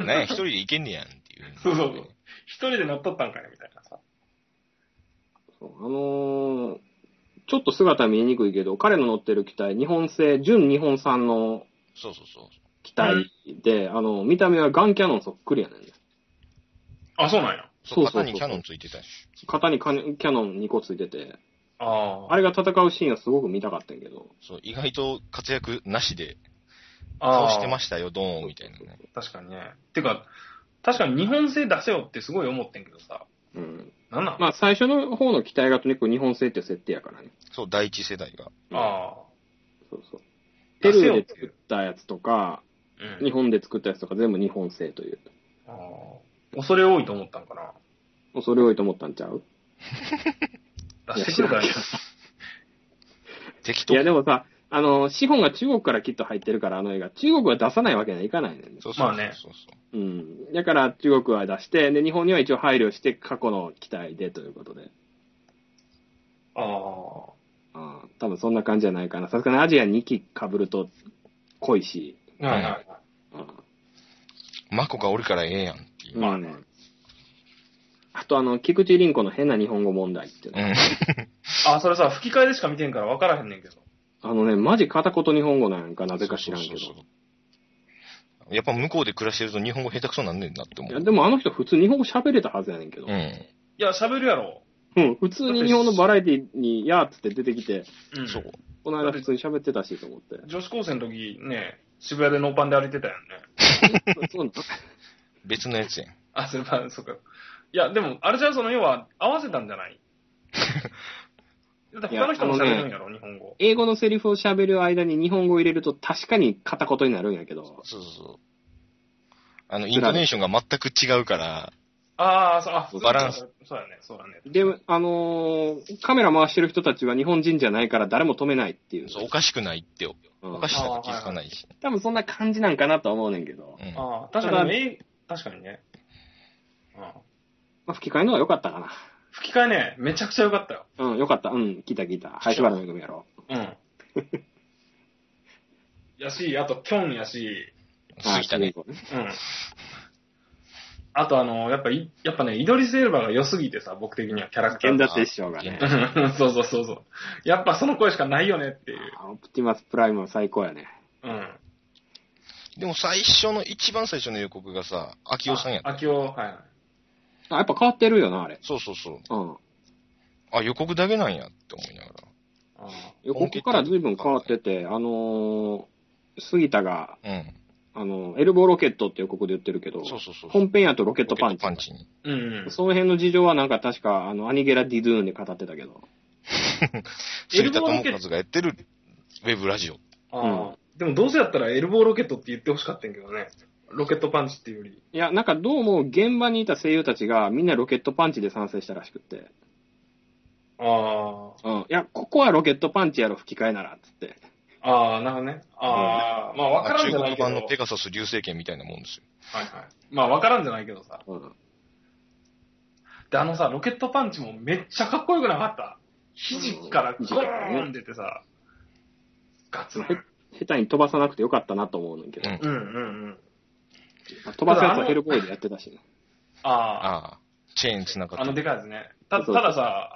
ね、一人で行けんねやんっていう。 そう。一人で乗っとったんかね、みたいなさ。 ちょっと姿見えにくいけど、彼の乗ってる機体、純日本産の機体で、見た目はガンキャノンそっくりやねんね。 あ、そうなんや。 肩にキャノンついてたし。 肩にキャノン2個ついてて。あれが戦うシーンはすごく見たかったんやけど。 そう、意外と活躍なしで、そうしてましたよ、ドーンみたいなね。 確かにね。てか、確かに日本製出せよってすごい思ってんけどさ。なんなん？ まあ最初の方の機体がとにかく日本製っていう設定やからね。 そう、第一世代が。 そう。ペルーで作ったやつとか、日本で作ったやつとか全部日本製という。 恐れ多いと思ったんかな。 恐れ多いと思ったんちゃう？ 出してくるからね。 適当。いやでもさ、資本が中国からきっと入ってるから、映画。中国は出さないわけにはいかないねんね。 まあね。 だから中国は出して、で、日本には一応配慮して過去の機体でということで。多分そんな感じじゃないかな。さすがにアジア2機被ると濃いし。 マコがおるからええやんっていう。 まあね。あと菊池凛子の変な日本語問題っていうの。 それさ、吹き替えでしか見てんから分からへんねんけど。 マジ片言日本語なんかなぜか知らんけど。 やっぱ向こうで暮らしてると日本語下手くそなんねんなって思う。 いや、でもあの人普通日本語喋れたはずやねんけど。 いや、喋るやろ。 普通に日本のバラエティに、やーっつって出てきて、 そう。 この間普通に喋ってたしと思って。 女子高生の時ね、渋谷でノーパンで歩いてたやんね。 そうなの？ 別のやつやん。 そっか。いや、でも、あれじゃ要は、合わせたんじゃないだって他の人も喋るんやろ、日本語。 英語のセリフを喋る間に日本語を入れると確かに片言になるんやけど。 そう。イントネーションが全く違うから。 バランス。そうだね。 で、カメラ回してる人たちは日本人じゃないから誰も止めないっていう。 そう、おかしくないって、おかしさが気づかないし。 多分そんな感じなんかなと思うねんけど。 確かに確かにね。 まあ、吹き替えの方が良かったかな。 吹き替えね、めちゃくちゃ良かったよ。 うん、良かった。うん、聞いた。林原めぐみやろ。 うん。やし、あと、キョンやし、 杉田ね。 うん。あとやっぱね、イドリス・エルバが良すぎてさ、僕的にはキャラクター。 源田鉄章がね。 そう。やっぱその声しかないよねっていう。 オプティマス・プライムは最高やね。 うん。 でも一番最初の予告がさ、秋夫さんやった。 秋夫、はい。 あ、やっぱ変わってるよな、あれ。 そう。 うん。 あ、予告だけなんやって思いながら。 予告から随分変わってて、杉田が、エルボーロケットって予告で言ってるけど、 そう。 本編やとロケットパンチ。 パンチに。 その辺の事情はなんか確か、アニゲラ・ディドゥーンで語ってたけど。 杉田智和がやってるウェブラジオ。 でもどうせやったらエルボーロケットって言ってほしかったんけどね。ロケットパンチっていうより。 いや、なんかどうも現場にいた声優たちがみんなロケットパンチで賛成したらしくって。いや、ここはロケットパンチやろ、吹き替えなら、つって。 なるほどね。まあわからんじゃないけど。 中国版のペガサス流星剣みたいなもんですよ。 はい。まあわからんじゃないけどさ。で、ロケットパンチもめっちゃかっこよくなかった。肘からゴーン出てさ、ガツン。 下手に飛ばさなくてよかったなと思うんだけど。飛ばすやつはヘルボーイでやってたしね。 チェーン繋がって。 でかいやつね。たださ、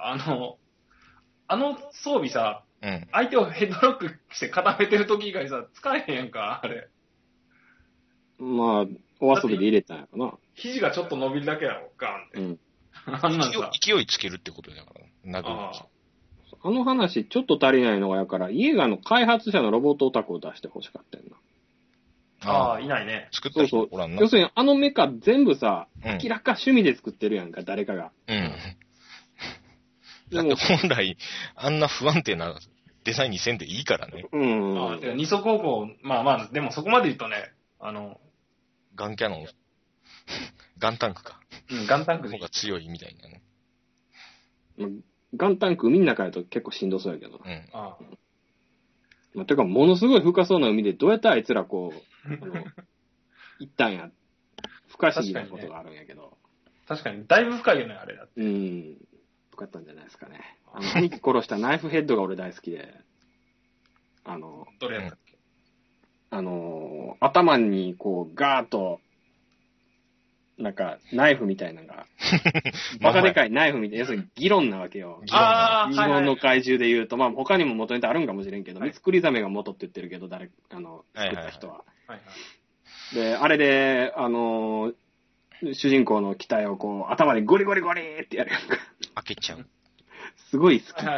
装備さ、相手をヘッドロックして固めてる時以外さ、使えへんやんか、あれ。 まあ、お遊びで入れたんやろな。 肘がちょっと伸びるだけやろ、ガーンって。 勢いつけるってことだから、殴る。 あの話、ちょっと足りないのがやから、イエガの開発者のロボットオタクを出してほしかったよな。いないね。 作った人おらんな。 要するに、メカ全部さ、明らか趣味で作ってるやんか、誰かが。 だって本来、あんな不安定なデザインにせんでいいからね。 二足歩行、まあ、でもそこまで言うとね、 ガンキャノン、ガンタンクか。 ガンタンクの方が強いみたいなね。 ガンタンク海の中やと結構しんどそうやけど。てか、ものすごい深そうな海でどうやってあいつら行ったんや。不可思議なことがあるんやけど。 確かに、だいぶ深いよね、あれだって。 深かったんじゃないですかね。兄貴殺したナイフヘッドが俺大好きで。 どれやったっけ？ 頭にガーッと、なんか、ナイフみたいなのが、バカでかいナイフみたいな、要するに議論なわけよ。日本の怪獣で言うと、まあ他にも元ネタあるんかもしれんけど、ミツクリザメが元って言ってるけど、作った人は。で、あれで、主人公の機体を頭でゴリゴリゴリーってやるやんか。 開けちゃう。 すごい好き。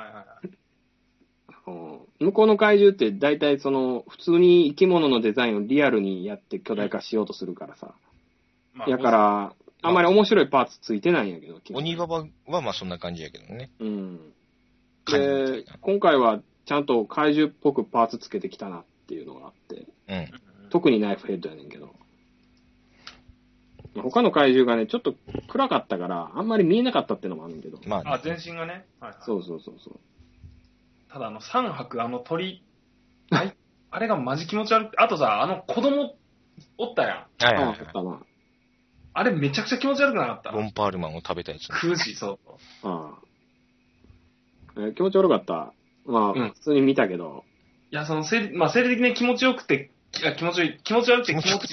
向こうの怪獣って大体普通に生き物のデザインをリアルにやって巨大化しようとするからさ。だから、あんまり面白いパーツついてないんやけど。 鬼ババはまあそんな感じやけどね。 で、今回はちゃんと怪獣っぽくパーツつけてきたなっていうのがあって。特にナイフヘッドやねんけど。他の怪獣がね、ちょっと暗かったから、あんまり見えなかったっていうのもあるんだけど。 全身がね。 そう。 ただ三白、鳥、あれがマジ気持ち悪くて、あとさ、子供おったやん。 あったな。 あれめちゃくちゃ気持ち悪くなかった。 ボンパールマンを食べたやつ。 空し、そう。 気持ち悪かった。まあ、普通に見たけど。 いや、生理的に気持ちよくて、気持ち悪くて気持ちいい。気持ち悪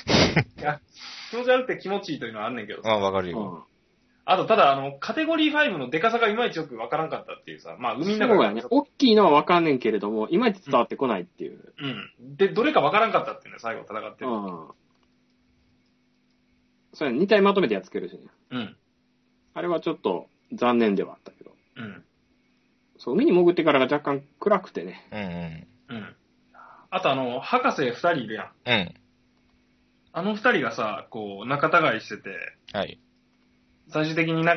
くて気持ちいいというのはあんねんけど。 わかるよ。 あと、ただ、カテゴリー5のデカさがいまいちよくわからんかったっていうさ、まあ、海の中そうやね。大きいのはわかんねんけれども、いまいち伝わってこないっていう。 で、どれかわからんかったっていうね、最後戦ってる。 そうやね。2体まとめてやっつけるしね。あれはちょっと残念ではあったけど。そう、海に潜ってからが若干暗くてね。 あと博士2人いるやん。あの2人がさ、仲違いしてて。最終的に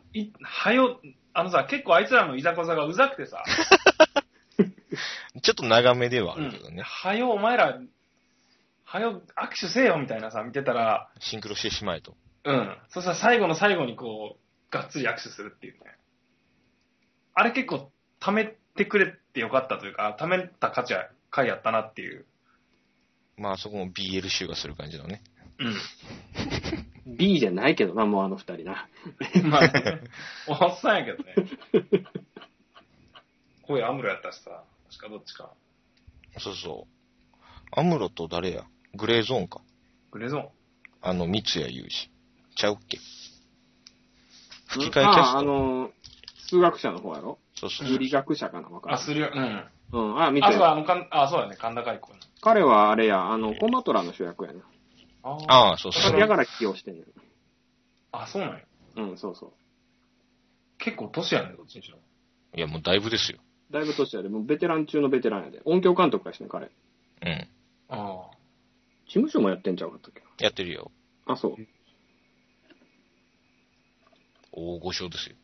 結構あいつらのいざこざがうざくてさ。 ちょっと長めではあるけどね。 お前ら、握手せえよみたいなさ、見てたら。 シンクロしてしまえと。 そしたら最後の最後にがっつり握手するっていうね。あれ結構、貯めてくれてよかったというか、貯めた回やったなっていう。 まあそこも BL 集がする感じのね。 B じゃないけどな、もうあの二人な。 まあね、おっさんやけどね。声アムロやったしさ、確かどっちか。 そうそう。アムロと誰や？グレーゾーンか。 グレーゾーン。 三谷裕二。ちゃうっけ？吹き替えキャスト。 数学者の方やろ？ そうそう。 物理学者かな、わかる。 うん。 見て。 そう、そうだね、甲高い子。 彼はあれや、コマトラの主役やな。 そうそう。 だから起用してんねん。 そうなんや。 うん、そうそう。 結構年やねん、どっちにしろ。 いや、もうだいぶですよ。 だいぶ年やで。もうベテラン中のベテランやで。音響監督やしね、彼。 うん。 事務所もやってんちゃうかったっけ？ やってるよ。 そう。 大御所ですよ。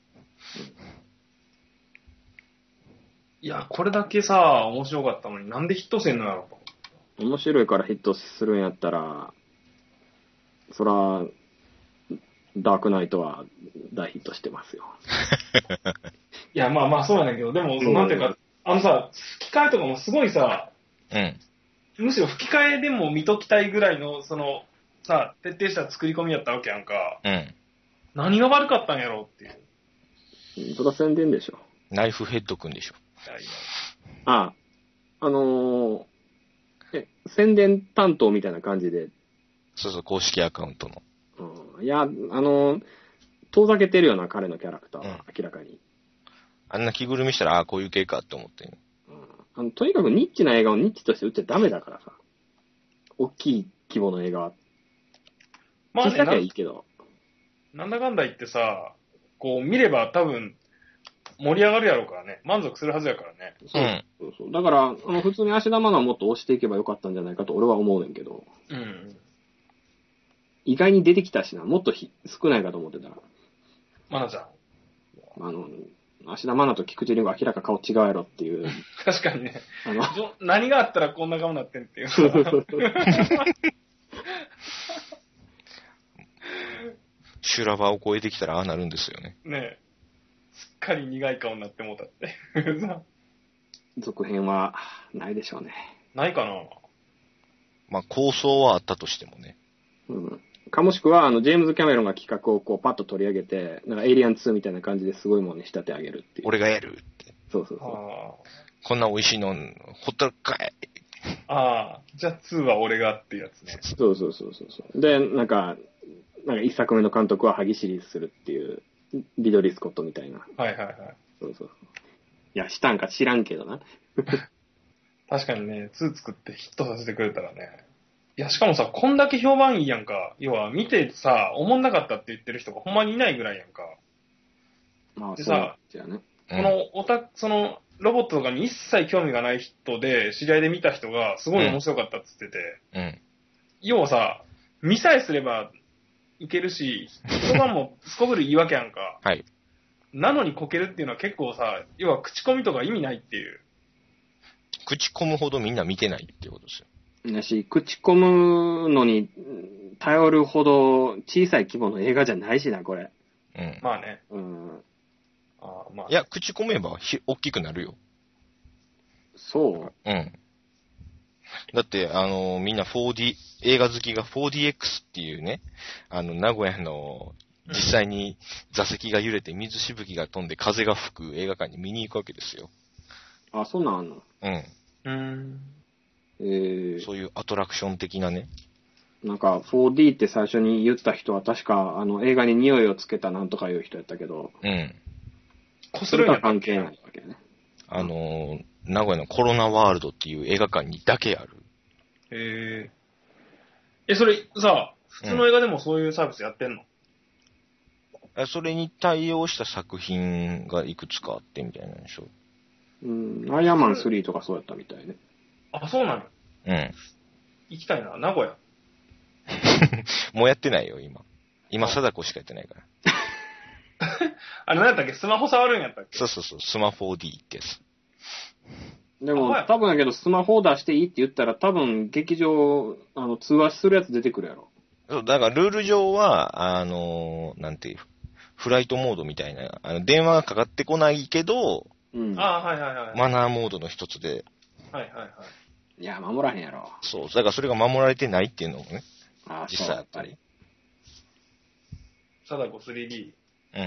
いや、これだけさ、面白かったのになんでヒットせんのやろう。面白いからヒットするんやったら、そら、ダークナイトは大ヒットしてますよ。 いや、まあそうやねんけど、でも、なんていうか、吹き替えとかもすごいさ、むしろ吹き替えでも見ときたいぐらいの、徹底した作り込みやったわけやんか。何が悪かったんやろっていう。 そら宣伝でしょ。 ナイフヘッドくんでしょ。 宣伝担当みたいな感じで。 そうそう、公式アカウントの。 いや、遠ざけてるような彼のキャラクターは、明らかに。あんな着ぐるみしたら、こういう系かって思って、 とにかくニッチな映画をニッチとして売っちゃダメだからさ。大きい規模の映画は。まあね、小さきゃいいけど。 なんだかんだ言ってさ、こう見れば多分、盛り上がるやろうからね。満足するはずやからね。 そう。だから、普通に芦田愛菜はもっと押していけばよかったんじゃないかと俺は思うねんけど。意外に出てきたしな。もっと少ないかと思ってたら。 愛菜ちゃん。 芦田愛菜と菊池凛子明らか顔違うやろっていう。 確かにね。何があったらこんな顔になってんっていう。 修羅場を超えてきたらああなるんですよね。 ねえ。すっかり苦い顔になってもうたって。 続編はないでしょうね。 ないかな。 まあ構想はあったとしてもね。 かもしくは、ジェームズ・キャメロンが企画をこうパッと取り上げて、なんかエイリアン2みたいな感じですごいものに仕立て上げるっていう。 俺がやるって。 そう。 こんな美味しいの、ほったらかい。 じゃあ2は俺がってやつね。 そう。で、なんか一作目の監督は歯ぎしりするっていう、リドリー・スコットみたいな。そう。いや、したんか知らんけどな。 確かにね、2作ってヒットさせてくれたらね。いや、しかもさ、こんだけ評判いいやんか。要は、見てさ、思んなかったって言ってる人がほんまにいないぐらいやんか。でさ、その、ロボットとかに一切興味がない人で、知り合いで見た人が、すごい面白かったって言ってて、要はさ、見さえすればいけるし、言葉もすこぶるいいわけやんか。なのにこけるっていうのは結構さ、要は口コミとか意味ないっていう。 口コムほどみんな見てないっていうことですよ。 口コムのに頼るほど小さい規模の映画じゃないしな、これ。 まあね。 いや、口コめば大きくなるよ。 そう。 だって、みんな 4D、映画好きが 4DX っていうね、名古屋の実際に座席が揺れて水しぶきが飛んで風が吹く映画館に見に行くわけですよ。 そんなんあんの？ そういうアトラクション的なね。 なんか 4D って最初に言った人は確か映画に匂いをつけたなんとかいう人やったけど。 こするんや関係ないわけね。 名古屋のコロナワールドっていう映画館にだけある。 それさ、普通の映画でもそういうサービスやってんの？ それに対応した作品がいくつかあってみたいなんでしょ。 アイアンマン3とかそうやったみたいね。 そうなの？行きたいな、名古屋。 もうやってないよ、今。今、貞子しかやってないから。 何やったっけ？スマホ触るんやったっけ？ そう、スマホ D ってやつ。 でも、多分やけど、スマホを出していいって言ったら、多分、劇場、通話するやつ出てくるやろ。 そう、だから、ルール上は、なんていう、フライトモードみたいな、電話がかかってこないけど、マナーモードの一つで。 いや、守らへんやろ。 そう、だからそれが守られてないっていうのもね、実際あったり。 貞子 3D。 うん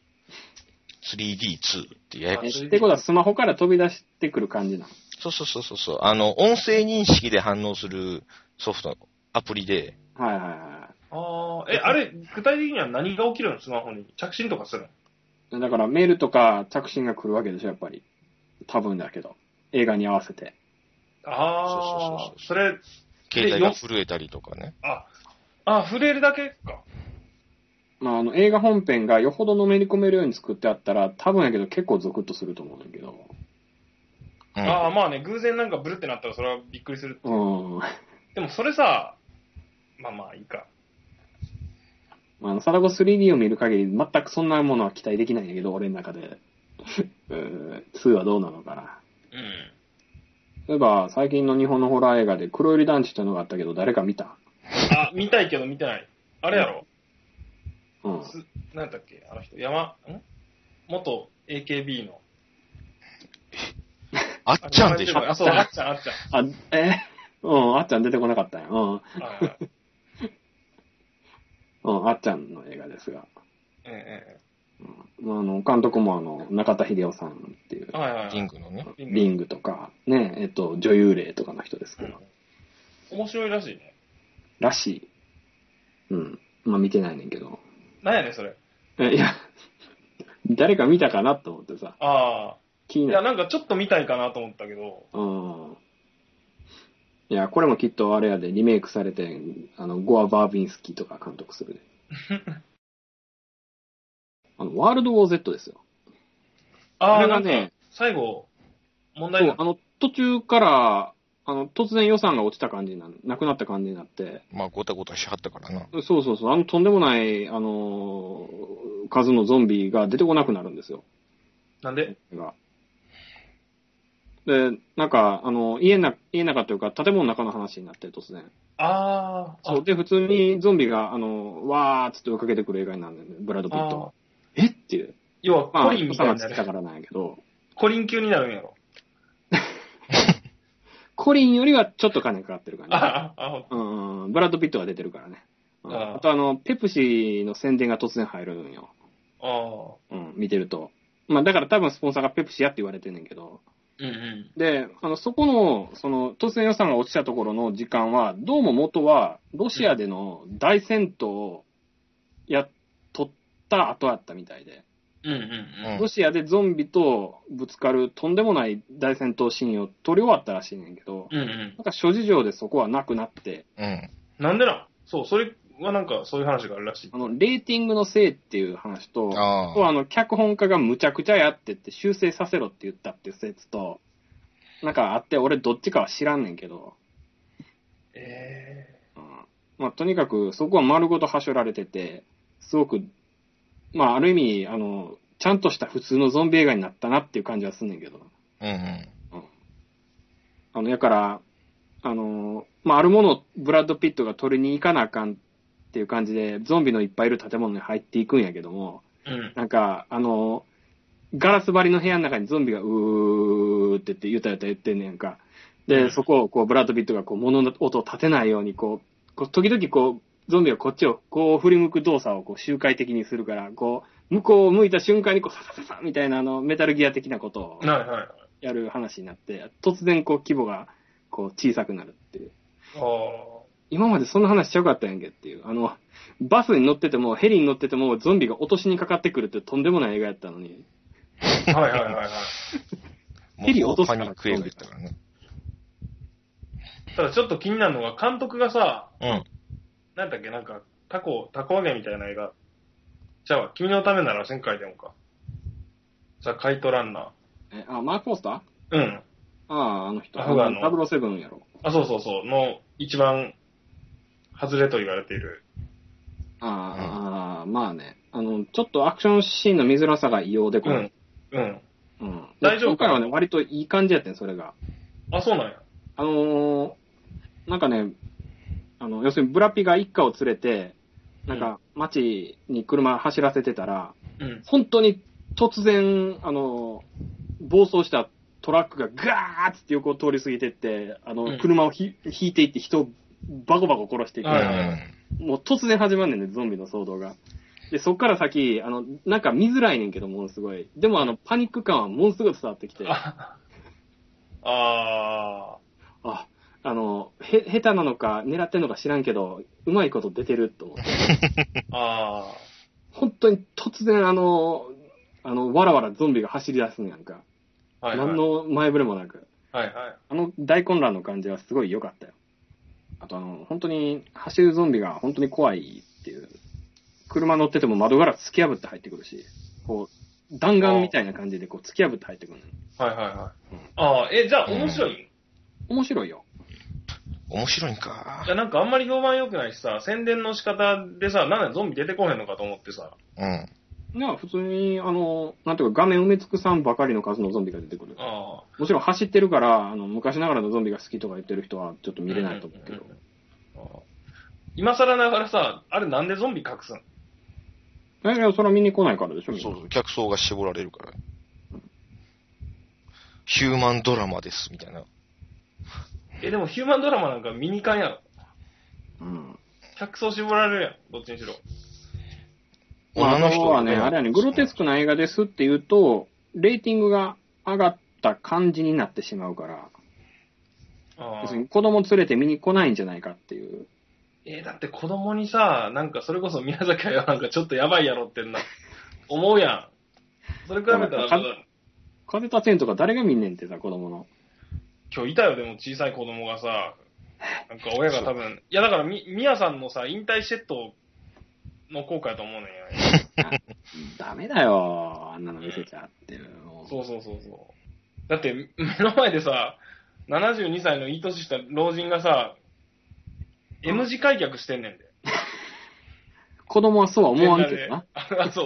。3D2 ってややこしい。 ってことはスマホから飛び出してくる感じなの？ そうそうそうそう。音声認識で反応するソフト、アプリで。 はいはいはい。 あれ、具体的には何が起きるの？スマホに。着信とかするの？だからメールとか着信が来るわけでしょ、やっぱり。多分だけど。映画に合わせて。 それ、 携帯が震えたりとかね。 震えるだけか。 まあ、映画本編がよほどのめり込めるように作ってあったら、多分やけど結構ゾクッとすると思うんだけど。 うん、 まあね、偶然なんかブルってなったらそれはびっくりするって。でもそれさ、まあいいか。 サラゴ 3D を見る限り全くそんなものは期待できないんだけど、俺の中で。2はどうなのかな。例えば、最近の日本のホラー映画で黒百合団地ってのがあったけど、誰か見た？ 見たいけど見てない。あれやろ？なんだっけあの人、元 AKB の。 あっちゃんでしょ？ そう、あっちゃん。 あっちゃん出てこなかったんや。あっちゃんの映画ですが。監督も中田秀夫さんっていう。 リングのね。 リングとか、ね、女優霊とかの人ですけど。 面白いらしいね。 らしい。見てないねんけど。 なんやねん、それ。 いや、誰か見たかなと思ってさ。気になる。 いや、なんかちょっと見たいかなと思ったけど。 いや、これもきっとあれやで、リメイクされて、ゴア・バービンスキーとか監督するで。ワールド・ウォー・ゼットですよ。 あれがね、最後、問題なの？途中から、突然予算が落ちた感じなくなった感じになって。 まあ、ごたごたしはったからな。 そう。とんでもない、数のゾンビが出てこなくなるんですよ。 なんで？ で、なんか、家の中というか、建物の中の話になって、突然。そう。で、普通にゾンビが、わーっつって追いかけてくる映画になるんだよね、ブラッド・ピット。っていう。 要は、コリンみたいになる。だからなんやけど。 コリン級になるんやろ。 コリンよりはちょっと金かかってる感じ。ブラッド・ピットが出てるからね。あとペプシの宣伝が突然入るんよ。見てると。だから多分スポンサーがペプシやって言われてんねんけど。で、そこの、突然予算が落ちたところの時間は、どうも元は、ロシアでの大戦闘を取った後やったみたいで。ロシアでゾンビとぶつかるとんでもない大戦闘シーンを撮り終わったらしいねんけど、なんか諸事情でそこはなくなって。 なんでな？そう、それはなんかそういう話があるらしい。 レーティングのせいっていう話と、脚本家がむちゃくちゃやってって修正させろって言ったっていう説と、なんかあって、俺どっちかは知らんねんけど。とにかくそこは丸ごとはしょられてて、すごく、ある意味、ちゃんとした普通のゾンビ映画になったなっていう感じはすんねんけど。やから、あるものをブラッド・ピットが取りに行かなあかんっていう感じで、ゾンビのいっぱいいる建物に入っていくんやけども、なんか、ガラス張りの部屋の中にゾンビがうーって言ってゆたゆた言ってんねやんか。で、そこをブラッド・ピットが物の音を立てないように時々ゾンビがこっちを振り向く動作を周回的にするから、向こうを向いた瞬間にサササみたいなメタルギア的なことをやる話になって、突然規模が小さくなるっていう。今までそんな話しちゃよかったやんけっていう。バスに乗ってても、ヘリに乗ってても、ゾンビが落としにかかってくるってとんでもない映画やったのに。ヘリ落とすからパニック映画やったからね。 ただちょっと気になるのが、監督がさ、なんだっけ、なんか、タコ揚げみたいな映画。じゃあ、君のためなら1000回でもか。ザ・カイトランナー。マーク・ポスター？ あの人。007やろ。 そう。の、一番、外れと言われている。 まあね。ちょっとアクションシーンの見づらさが異様でこれ。大丈夫かな？今回はね、割といい感じやってん、それが。 そうなんや。 なんかね、要するにブラピが一家を連れて、なんか街に車走らせてたら、本当に突然、暴走したトラックがガーッって横を通り過ぎてって、車を引いていって人をバコバコ殺していく。もう突然始まんねんね、ゾンビの騒動が。 で、そっから先、なんか見づらいねんけど、ものすごい。でもパニック感はものすごい伝わってきて。下手なのか狙ってんのか知らんけど、うまいこと出てると思って。本当に突然わらわらゾンビが走り出すんやんか。はいはい、何の前触れもなく。 はいはい。 大混乱の感じはすごい良かったよ。あと本当に走るゾンビが本当に怖いっていう。車乗ってても窓ガラス突き破って入ってくるし、こう、弾丸みたいな感じでこう突き破って入ってくるの。 はいはいはい。じゃあ面白い、 面白いよ。 面白いんか。 じゃあなんかあんまり評判良くないしさ、宣伝の仕方でさ、なんでゾンビ出てこへんのかと思ってさ。 いや、普通に、なんていうか、画面埋め尽くさんばかりの数のゾンビが出てくる。もちろん走ってるから、昔ながらのゾンビが好きとか言ってる人はちょっと見れないと思うけど。 今更ながらさ、あれなんでゾンビ隠すん？ いや、それは見に来ないからでしょ、 そう、客層が絞られるから。ヒューマンドラマです、みたいな。 でもヒューマンドラマなんか見に行かんやろ。客層絞られるやん、どっちにしろ。 女の人はね、あれはね、グロテスクな映画ですって言うと、レーティングが上がった感じになってしまうから、要するに子供連れて見に来ないんじゃないかっていう。 だって子供にさ、なんかそれこそ宮崎駿なんかちょっとやばいやろって思うやん。それ比べたら風立てんとか誰が見んねんってさ、子供の。 今日いたよ、でも小さい子供がさ、なんか親が多分、いやだから宮さんのさ、引退シェットの効果やと思うねんや。ダメだよ、あんなの見せちゃってる。 そう。だって目の前でさ、72歳のいい年した老人がさ、M 字開脚してんねんで。 子供はそうは思わんけどな。 そう。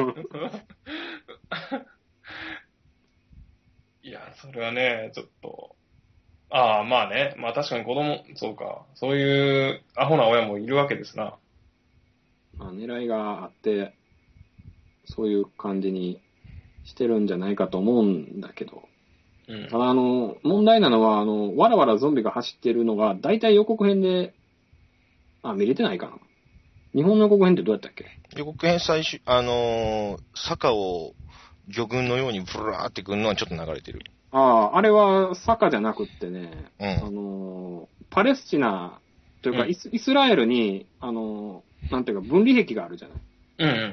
いや、それはね、ちょっと。まあね。まあ確かに子供、そうか。そういうアホな親もいるわけですな。 まあ狙いがあって、そういう感じにしてるんじゃないかと思うんだけど。ただ問題なのは、わらわらゾンビが走ってるのが、だいたい予告編で、見れてないかな。日本の予告編ってどうやったっけ？ 予告編最初、坂を魚群のようにブラーってくるのはちょっと流れてる。 あれは坂じゃなくってね、パレスチナというか、イスラエルに、なんていうか分離壁があるじゃない。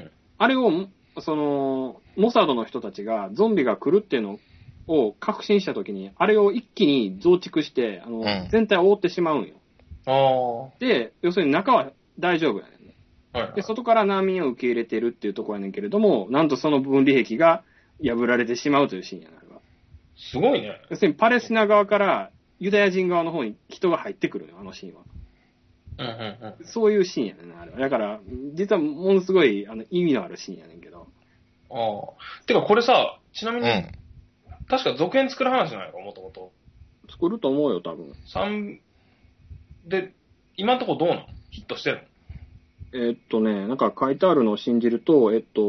あれを、モサドの人たちがゾンビが来るっていうのを確信したときに、あれを一気に増築して、全体を覆ってしまうんよ。で、要するに中は大丈夫やねんね。で、外から難民を受け入れてるっていうところやねんけれども、なんとその分離壁が破られてしまうというシーンやなるわ。 すごいね。 要するにパレスチナ側からユダヤ人側の方に人が入ってくるよ、あのシーンは。そういうシーンやねんな、あれは。だから、実はものすごい意味のあるシーンやねんけど。 てかこれさ、ちなみに、確か続編作る話じゃないのもともと。 作ると思うよ、多分。 で、今のところどうなの？ヒットしてるの？なんか書いてあるのを信じると、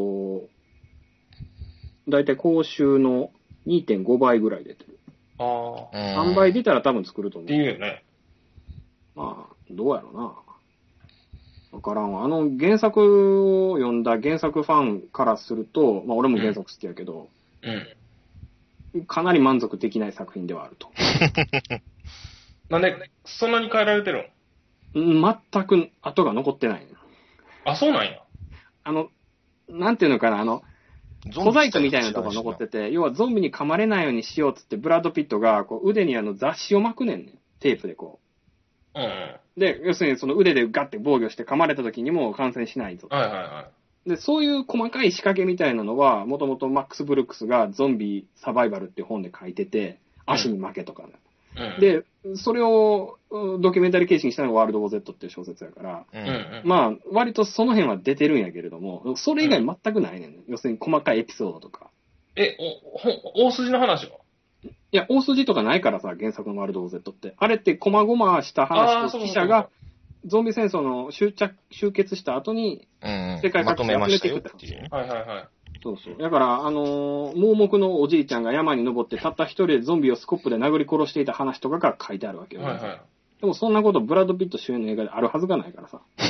だいたい公衆の 2.5 倍ぐらい出てる。3倍出たら多分作ると思う。 っていうよね。 まあ、どうやろうな。わからんわ。原作を読んだ原作ファンからすると、まあ俺も原作好きやけど、かなり満足できない作品ではあると。 なんで、そんなに変えられてるの？全く跡が残ってない。 そうなんや。 なんていうのかな、小細工みたいなとこが残ってて、要はゾンビに噛まれないようにしようっつって、ブラッド・ピットがこう腕に雑誌を巻くねんね。テープでこう。で、要するにその腕でガッて防御して噛まれた時にも感染しないぞ。で、そういう細かい仕掛けみたいなのは、もともとマックス・ブルックスがゾンビサバイバルっていう本で書いてて、足に負けとかね。で、それをドキュメンタリー形式にしたのがワールド・ウォー・ゼットっていう小説やから、まあ、割とその辺は出てるんやけれども、それ以外全くないねん、要するに細かいエピソードとか。 大筋の話はいや、大筋とかないからさ、原作のワールド・ウォー・ゼットって。あれって細々した話と記者が、ゾンビ戦争の終結した後に、世界各地に溢れていくって話。そうそう。だから、盲目のおじいちゃんが山に登ってたった一人でゾンビをスコップで殴り殺していた話とかが書いてあるわけよ。でもそんなことブラッド・ピット主演の映画であるはずがないからさ。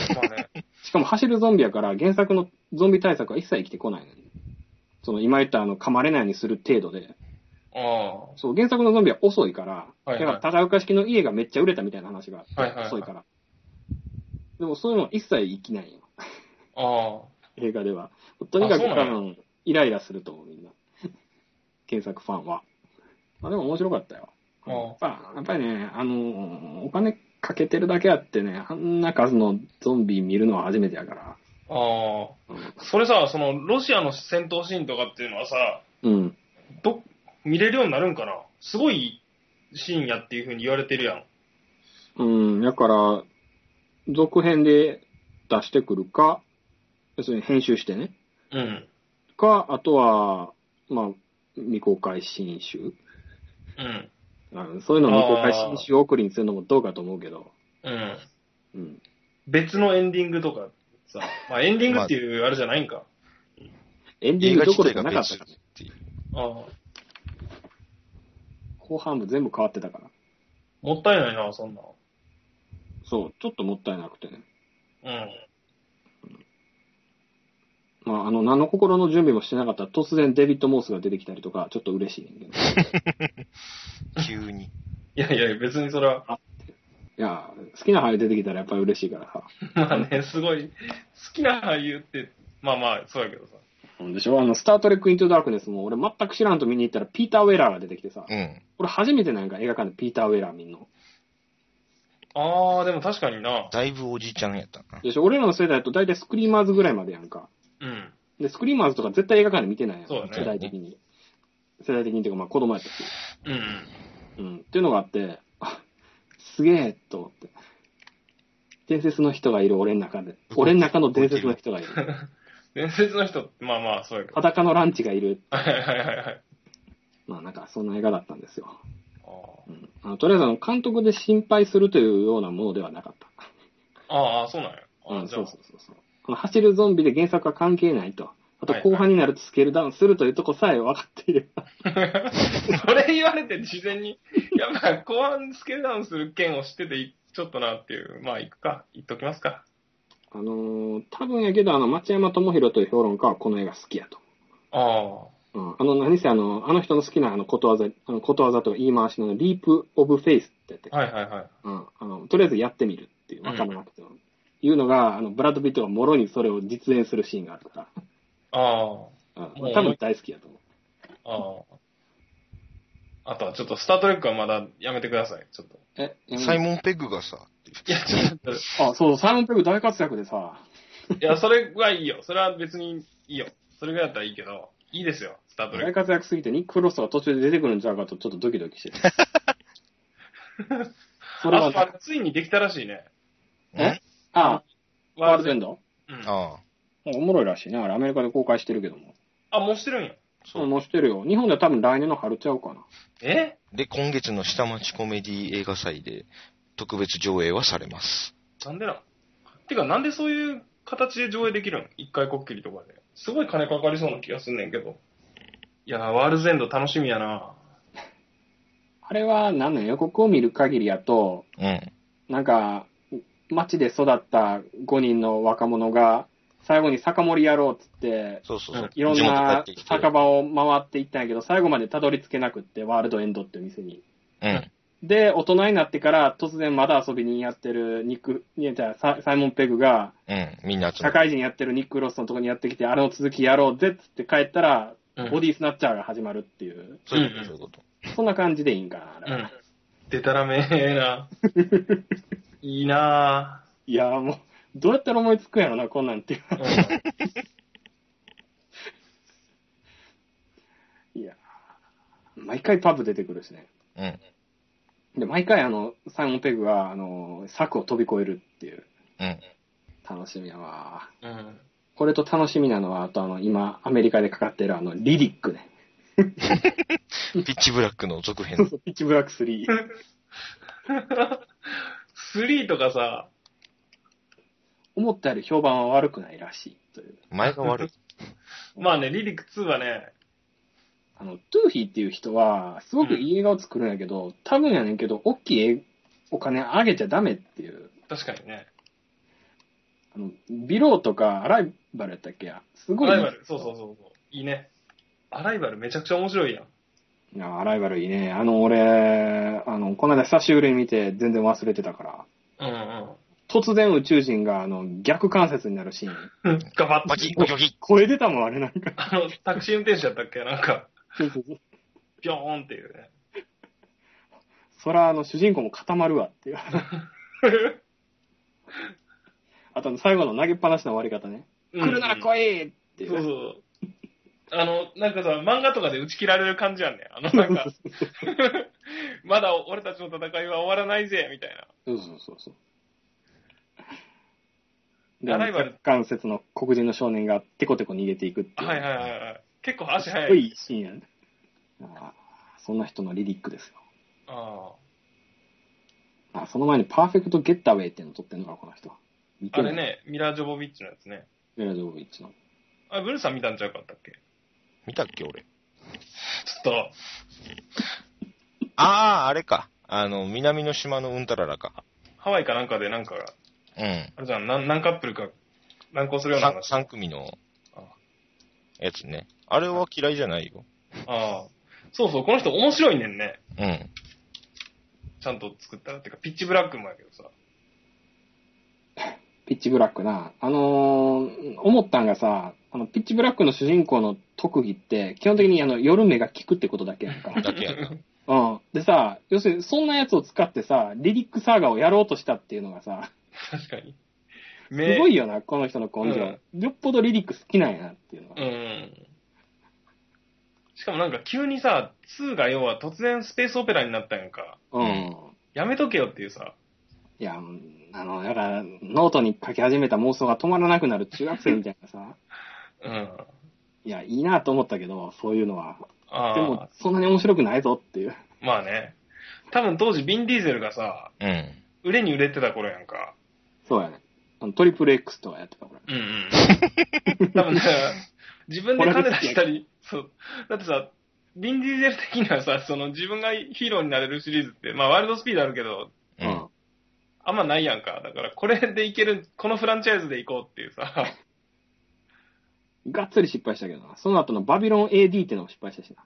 まあね。 しかも走るゾンビやから原作のゾンビ対策は一切生きてこないのに。その今言った噛まれないようにする程度で。 ああ。 そう、原作のゾンビは遅いから、 はいはい、 だから高岡式の家がめっちゃ売れたみたいな話があって、 はいはいはい、 遅いから。でもそういうの一切生きないよ。 ああ。 映画では。とにかく多分、イライラすると思う、みんな。原作ファンは。まあでも面白かったよ。やっぱりね、お金かけてるだけあってね、あんな数のゾンビ見るのは初めてやから。 ああ。それさ、その、ロシアの戦闘シーンとかっていうのはさ、 うん。 見れるようになるんかな？すごいシーンやっていう風に言われてるやん。 うん、だから、続編で出してくるか、要するに編集してね。 うん。 か、あとは、まあ、未公開新集。 うん。 そういうのを未公開新集送りにするのもどうかと思うけど。 うん。 うん。 別のエンディングとかさ、まあエンディングっていうあれじゃないんか。 エンディングどころじゃなかったから。 ああ。 後半部全部変わってたから。 もったいないな、そんな。 そう、ちょっともったいなくてね。 うん。 まあ、何の心の準備もしてなかったら突然デビッド・モースが出てきたりとか、ちょっと嬉しいねんけど。急に。 いやいや、別にそれは。 いや、好きな俳優出てきたらやっぱり嬉しいからさ。 まあね、すごい、好きな俳優って、まあまあ、そうやけどさ。 でしょスタートレック・イントゥ・ダークネスも俺全く知らんと見に行ったらピーター・ウェラーが出てきてさ。 うん。 俺初めてなんか映画館でピーター・ウェラー見んの。 あー、でも確かにな。 だいぶおじいちゃんやったな。 でしょ俺らの世代だと大体スクリーマーズぐらいまでやんか。 うん。 で、スクリーマーズとか絶対映画館で見てないやん。 そうだね。 世代的に。世代的にっていうかまあ子供やったし。 うん。 うん。っていうのがあって、あ、すげえと思って。伝説の人がいる俺の中で。俺の中の伝説の人がいる。 伝説の人、まあまあ、そうやけど。 裸のランチがいる。 はいはいはいはい。 まあなんかそんな映画だったんですよ。 あとりあえず監督で心配するというようなものではなかった。 ああ、そうなんや。 そうそうそう。走るゾンビで原作は関係ないと。あと後半になるとスケールダウンするというとこさえ分かっている。 それ言われて事前に、やっぱ後半スケールダウンする件を知ってて、ちょっとなっていう、まあ行くか、言っときますか。 多分やけど、町山智博という評論家はこの映画好きやと。 ああ。何せあの人の好きなことわざとか言い回しのリープオブフェイスってやって。 はいはいはい。 とりあえずやってみるっていう、わからなくても。いうのが、ブラッド・ピットがもろにそれを実演するシーンがあるから。 ああ。 多分大好きやと思う。 あとはちょっとスタートレックはまだやめてください、ちょっと。 サイモン・ペグがさ。 いや、ちょっと。 そう、サイモン・ペグ大活躍でさ。 いや、それはいいよ。それは別にいいよ。それぐらいだったらいいけど、いいですよ、スタートレック。 大活躍すぎてニック・フロストが途中で出てくるんちゃうかとちょっとドキドキしてる。 それはついにできたらしいね。 ワールドエンド？ うん。 おもろいらしいね。あれアメリカで公開してるけども。 もうしてるんや。 もうしてるよ。日本では多分来年の春ちゃうかな。 で、 今月の下町コメディ映画祭で特別上映はされます。 なんでてか、なんでそういう形で上映できるん？一回こっきりとかで。すごい金かかりそうな気がすんねんけど。いや、ワールズエンド楽しみやな。 あれは、予告を見る限りやと、なんか、街で育った5人の若者が、最後に酒盛りやろうっつって、いろんな酒場を回っていったんやけど、最後までたどり着けなくって、ワールドエンドっていう店に。で、大人になってから突然まだ遊びにやってるサイモン・ペグが、 みんな社会人やってるニック・ロスのとこにやってきて、あれの続きやろうぜっつって帰ったら、ボディスナッチャーが始まるっていう。 そういうこと。 そんな感じでいいんかな、あれ。 でたらめえな。いいなぁ。 いやもう、どうやったら思いつくんやろな、こんなんっていう。いや毎回パブ出てくるしね。で、毎回サイモン・ペグが、柵を飛び越えるっていう。楽しみやわ。これと楽しみなのは、あと今、アメリカでかかってるリリックね。 ピッチブラックの続編。 そう、ピッチブラック3。 3とかさ、 思ったより評判は悪くないらしいという。 前が悪い。 まあね、リリック2はね、 トゥーヒーっていう人は、すごくいい映画を作るんやけど、多分やねんけど、大きいお金あげちゃダメっていう。 確かにね。 ビローとかアライバルやったっけや。すごい。 アライバル、そう。いいね。アライバルめちゃくちゃ面白いやん。 いや、アライバルいいね。俺、この間久しぶりに見て全然忘れてたから。突然宇宙人が、逆関節になるシーン。 ガバッバキバキバキ。 声出たもん、あれなんか。 タクシー運転手やったっけなんか。 そう。 ピョーンっていうね。 そら、主人公も固まるわっていう。あと最後の投げっぱなしの終わり方ね。来るなら来いっていう。 そう。なんかさ、漫画とかで打ち切られる感じやんね。なんか、まだ俺たちの戦いは終わらないぜ、みたいな。 そう。で、関節の黒人の少年がテコテコ逃げていくっていう。 はい。結構足速い。 すごいシーンやね。そんな人のリリックですよ。 その前にパーフェクトゲッターウェイっていうのを撮ってんのかな、この人は。 あれね、ミラ・ジョボビッチのやつね。 ミラ・ジョボビッチの。 ブルーさん見たんちゃうかったっけ？ 見たっけ、俺。 ちょっと。 あれか。南の島のうんたららか。 ハワイかなんかでなんか、あれじゃん、何カップルか乱行するような話。 3組のやつね。あれは嫌いじゃないよ。 そう、この人面白いねんね。 うん。 ちゃんと作ったら。てか、ピッチブラックもやけどさ。 ピッチブラックな。思ったんがさ、ピッチブラックの主人公の特技って、基本的に夜目が効くってことだけやんか。 だけやな。 でさ、要するにそんなやつを使ってさ、リリックサーガをやろうとしたっていうのがさ、 確かに。 すごいよな、この人の根性。よっぽどリリック好きなんやなっていうのが。 しかもなんか急にさ、2が要は突然スペースオペラになったやんか。やめとけよっていうさ。 いや、だから、ノートに書き始めた妄想が止まらなくなる中学生みたいなさ。いや、いいなと思ったけど、そういうのは。でも、そんなに面白くないぞっていう。 まあね。多分当時、ビン・ディーゼルがさ、売れに売れてた頃やんか。 そうやね。トリプル X とかやってた頃。 多分ね、自分で金出したり、そう。だってさ、ビン・ディーゼル的にはさ、自分がヒーローになれるシリーズって、まあ、ワイルドスピードあるけど、あんまないやんか。だから、これでいける、このフランチャイズでいこうっていうさ。 がっつり失敗したけどな。その後のバビロン AD ってのも失敗したしな。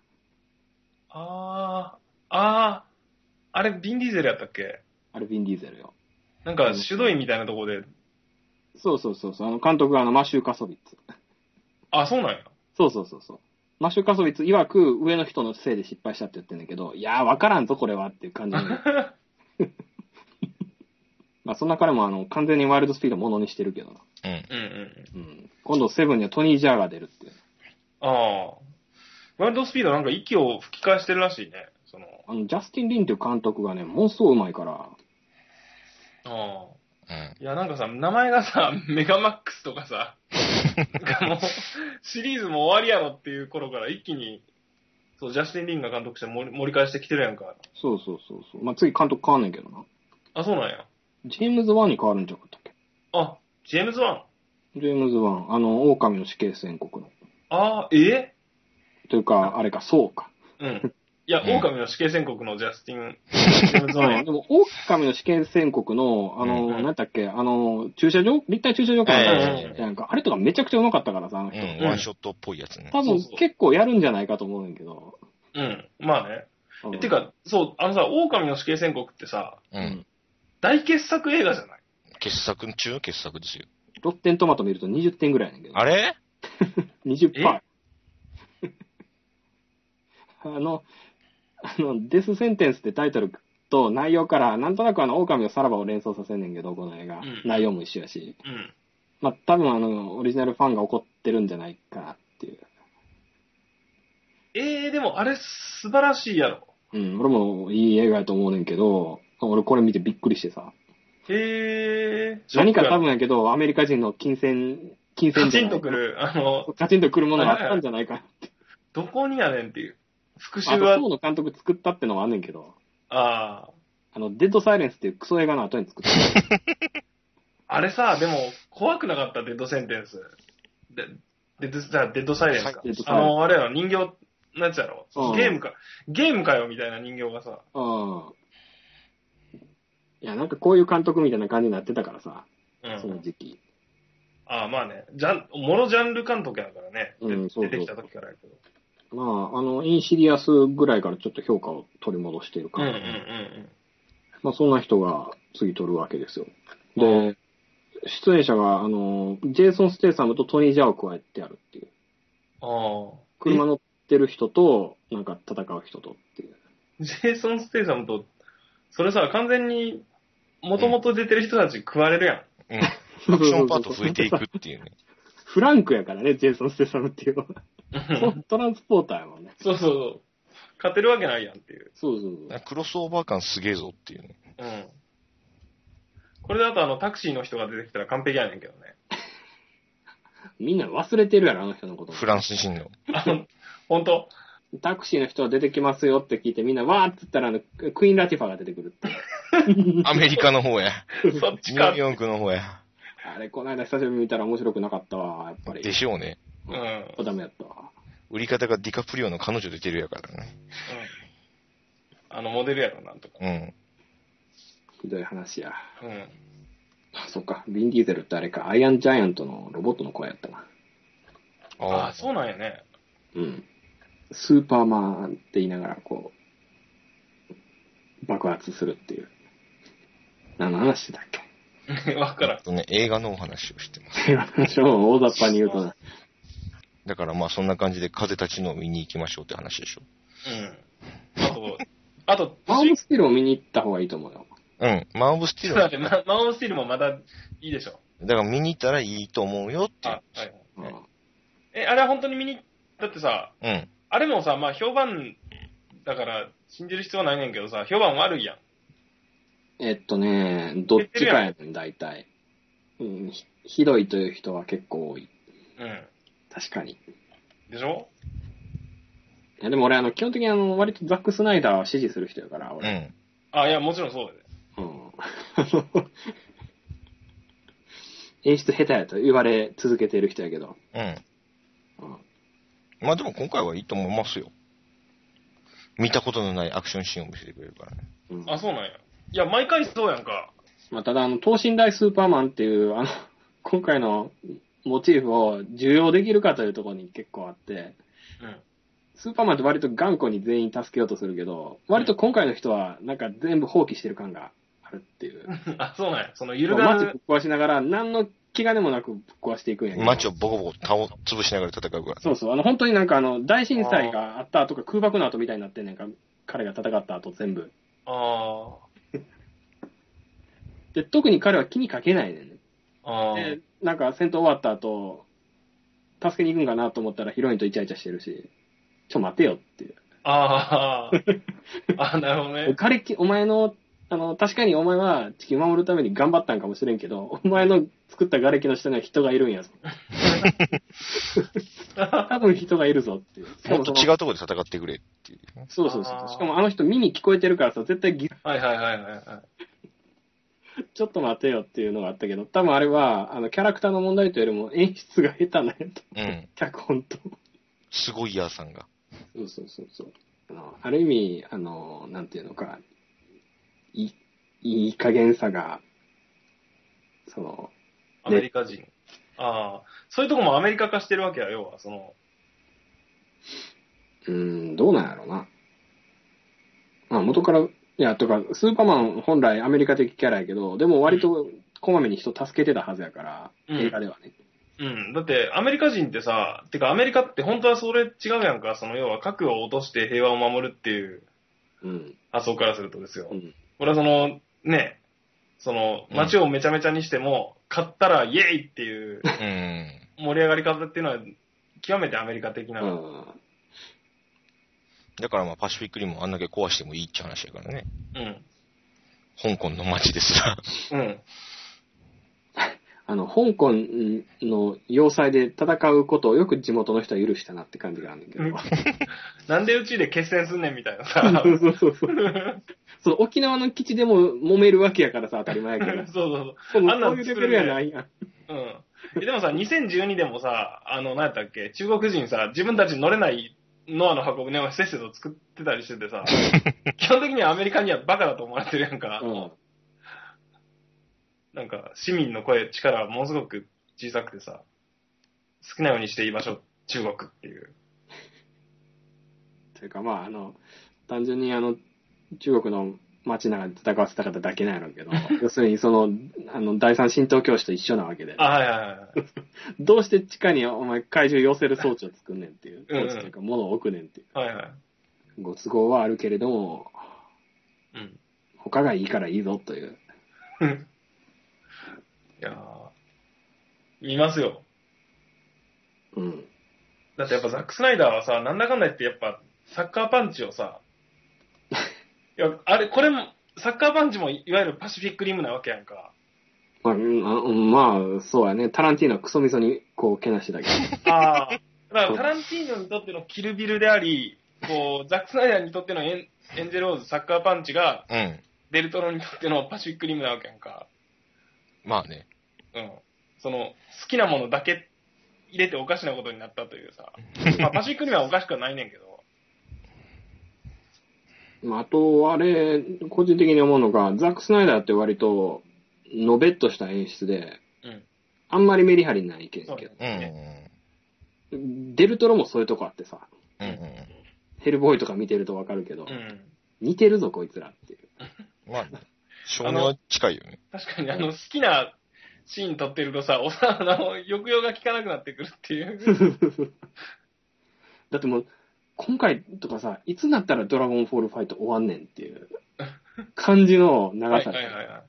あれ、ビン・ディーゼルやったっけ？ あれ、ビン・ディーゼルよ。 なんか、主導員みたいなとこで。 そう。監督がマシュー・カソビッツ。 そうなんや。 そう。マシュー・カソビッツ曰く上の人のせいで失敗したって言ってんだけど、いやー、わからんぞ、これはっていう感じに。まあ、そんな彼も完全にワイルドスピードものにしてるけどな。今度セブンにはトニー・ジャーが出るっていう。 ワイルドスピードなんか息を吹き返してるらしいね。 ジャスティン・リンっていう監督がね、ものすごい上手いから。 いや、なんかさ、名前がさ、メガマックスとかさ、もう、シリーズも終わりやろっていう頃から一気に、ジャスティン・リンが監督して盛り返してきてるやんか。 そう。まあ、次監督変わんねんけどな。 そうなんや。 ジェームズ・ワンに変わるんちゃうかったっけ？ ジェームズ・ワン？ ジェームズ・ワン。狼の死刑宣告の。 というか、あれか、そうか。 いや、狼の死刑宣告のジェームズ・ワン。 でも、狼の死刑宣告の、なんだっけ、駐車場立体駐車場かなんか、あれとかめちゃくちゃうまかったからさ、あの人。 ワンショットっぽいやつね。 多分、結構やるんじゃないかと思うんだけど。 まあね。てか、狼の死刑宣告ってさ、大傑作映画じゃない？ 傑作中傑作ですよ。 ロッテントマト見ると20点ぐらいやねんけど。 あれ 20%。デスセンテンスってタイトルと内容から、なんとなく狼をさらばを連想させんねんけど、この映画。内容も一緒やし。まあ、多分オリジナルファンが怒ってるんじゃないかなっていう。 でもあれ素晴らしいやろ。 俺もいい映画やと思うねんけど、俺これ見てびっくりしてさ。何か多分やけど、アメリカ人の金銭カチンとくる、 カチンとくるものがあったんじゃないかなって。 どこにやねんっていう。復讐は。 そうの監督作ったってのもあんねんけど。 デッドサイレンスっていうクソ映画の後に作った。 あれさ、でも、怖くなかったデッドセンテンス。デッドサイレンスか。あれやろ、人形のやつやろ。ゲームかよみたいな人形がさ。 いや、なんかこういう監督みたいな感じになってたからさ。その時期。 まあね。モロジャンル監督やからね。 そう出てきた時からやけど。 まあ、インシリアスぐらいからちょっと評価を取り戻しているから。まあ、そんな人が次取るわけですよ。で、出演者が、ジェイソン・ステイサムとトニー・ジャーを加えてあるっていう。車乗ってる人と、なんか戦う人とっていう。 ジェイソン・ステイサムと、それさ、完全に、もともと出てる人たち食われるやん。 アクションパート増えていくっていうね。 フランクやからね、ジェイソン・ステイサムっていうのは。トランスポーターやもんね。 そう。勝てるわけないやんっていう。 そう。 クロスオーバー感すげえぞっていうね。 これだとタクシーの人が出てきたら完璧やねんけどね。 みんな忘れてるやろ、あの人のこと。 フランス人の。 本当？ タクシーの人が出てきますよって聞いてみんなわーって言ったらクイーン・ラティファが出てくるって。 アメリカの方や。 そっちか。 ニューヨークの方や。 あれ、この間久しぶりに見たら面白くなかったわ、やっぱり。 でしょうね。 ダメやったわ。 売り方がディカプリオの彼女出てるやからね。 モデルやろ、なんとか。 ひどい話や。そっか、ヴィン・ディーゼルってあれか、アイアンジャイアントのロボットの声やったな。 そうなんやね。 スーパーマンって言いながら、こう、爆発するっていう。何の話だっけわからん。 映画のお話をしてます。 映画の話を大雑把に言うとな。 だからまあそんな感じで風立ちのを見に行きましょうって話でしょ。 あと、マン・オブ・スティールを見に行った方がいいと思うよ。 マン・オブ・スティール。 そうだね、マン・オブ・スティールもまだいいでしょ。 だから見に行ったらいいと思うよって。あれは本当に見に、だってさ、あれもさ、まあ評判だから信じる必要はないねんけどさ、評判悪いやん。 どっちかやねん、大体。ひどいという人は結構多い。確かに。 でしょ？ いや、でも俺基本的に割とザック・スナイダーは支持する人やから、俺。 いや、もちろんそうだよ。 演出下手やと言われ続けている人やけど。 まあでも今回はいいと思いますよ。見たことのないアクションシーンを見せてくれるからね。 そうなんや。いや、毎回そうやんか。 まあ、ただ等身大スーパーマンっていう、今回のモチーフを受容できるかというところに結構あって、スーパーマンって割と頑固に全員助けようとするけど、割と今回の人はなんか全部放棄してる感があるっていう。 そうなんや。その揺るが街ぶっ壊しながら何の気兼ねもなくぶっ壊していくんやけど。 街をボコボコ潰しながら戦うから。 そうそう。本当になんか大震災があった後か空爆の後みたいになってんねんか、彼が戦った後全部。で、特に彼は気にかけないねんね。で、なんか戦闘終わった後、助けに行くんかなと思ったらヒロインとイチャイチャしてるし、待てよっていう。 なるほどね。 お前の、確かにお前は地球守るために頑張ったんかもしれんけど、お前の作った瓦礫の下には人がいるんやぞ。多分人がいるぞっていう。 もっと違うところで戦ってくれっていう。 そう。しかも人耳聞こえてるからさ、絶対ちょっと待てよっていうのがあったけど、多分あれは、キャラクターの問題というよりも演出が下手なんやと。脚本と。 すごいヤーさんが。 そう。ある意味、なんていうのか、いい加減さが、 アメリカ人。そういうとこもアメリカ化してるわけや、要は、 どうなんやろうな。元から、とか、スーパーマン本来アメリカ的キャラやけど、でも割とこまめに人助けてたはずやから、映画ではね。 だって、アメリカ人ってさ、てかアメリカって本当はそれ違うやんか、要は核を落として平和を守るっていう、発想からするとですよ。これは街をめちゃめちゃにしても、勝ったらイエーイっていう、盛り上がり方っていうのは、極めてアメリカ的な。 だからまあパシフィックリムもあんだけ壊してもいいって話やからね。香港の街ですら。 香港の要塞で戦うことをよく地元の人は許したなって感じがあるんだけど。 なんでうちで決戦すんねんみたいなさ。 そう。沖縄の基地でも揉めるわけやからさ、当たり前やけど。 そう。 そういうレベルやないやん。 でもさ、2012でもさ、何やったっけ、中国人さ、自分たち乗れないノアの箱舟をせっせと作ってたりしててさ、基本的にはアメリカにはバカだと思われてるやんか。なんか、市民の力はものすごく小さくてさ、好きなようにして言いましょう、中国っていう。 というかまあ、単純に中国の街中で戦わせた方だけなんやろうけど、要するに第三神道教師と一緒なわけで。 はいはいはい。 どうして地下にお前怪獣寄せる装置を作んねんっていう。装置というか物を置くねんっていう。 はいはい。 ご都合はあるけれども、 うん。 他がいいからいいぞという。 いや見ますよ。 うん。 だってやっぱザック・スナイダーはさ、なんだかんだ言ってやっぱサッカーパンチをさ、いや、これも、サッカーパンチもいわゆるパシフィックリムなわけやんか。 まあ、そうやね。タランティーノはクソみそにこう、けなしだけど。 ああ。だからタランティーノにとってのキルビルであり、こう、ザック・スナイダーにとってのエンジェル・ローズサッカーパンチが、 うん。 デルトロにとってのパシフィックリムなわけやんか。 まあね。 うん。好きなものだけ入れておかしなことになったというさ。まあ、パシフィックリムはおかしくはないねんけど。 あと、個人的に思うのが、ザック・スナイダーって割と、のべっとした演出で、 うん。 あんまりメリハリないけんけど。 うん。 デルトロもそういうとこあってさ、 うん。 ヘルボーイとか見てるとわかるけど、 うん。 似てるぞこいつらっていう。 まあね。少年は近いよね。 確かに好きなシーン撮ってるとさ、抑揚が効かなくなってくるっていう。 だってもう、今回とかさ、いつになったらドラゴンフォールファイト終わんねんっていう感じの長さ。 はいはいはい。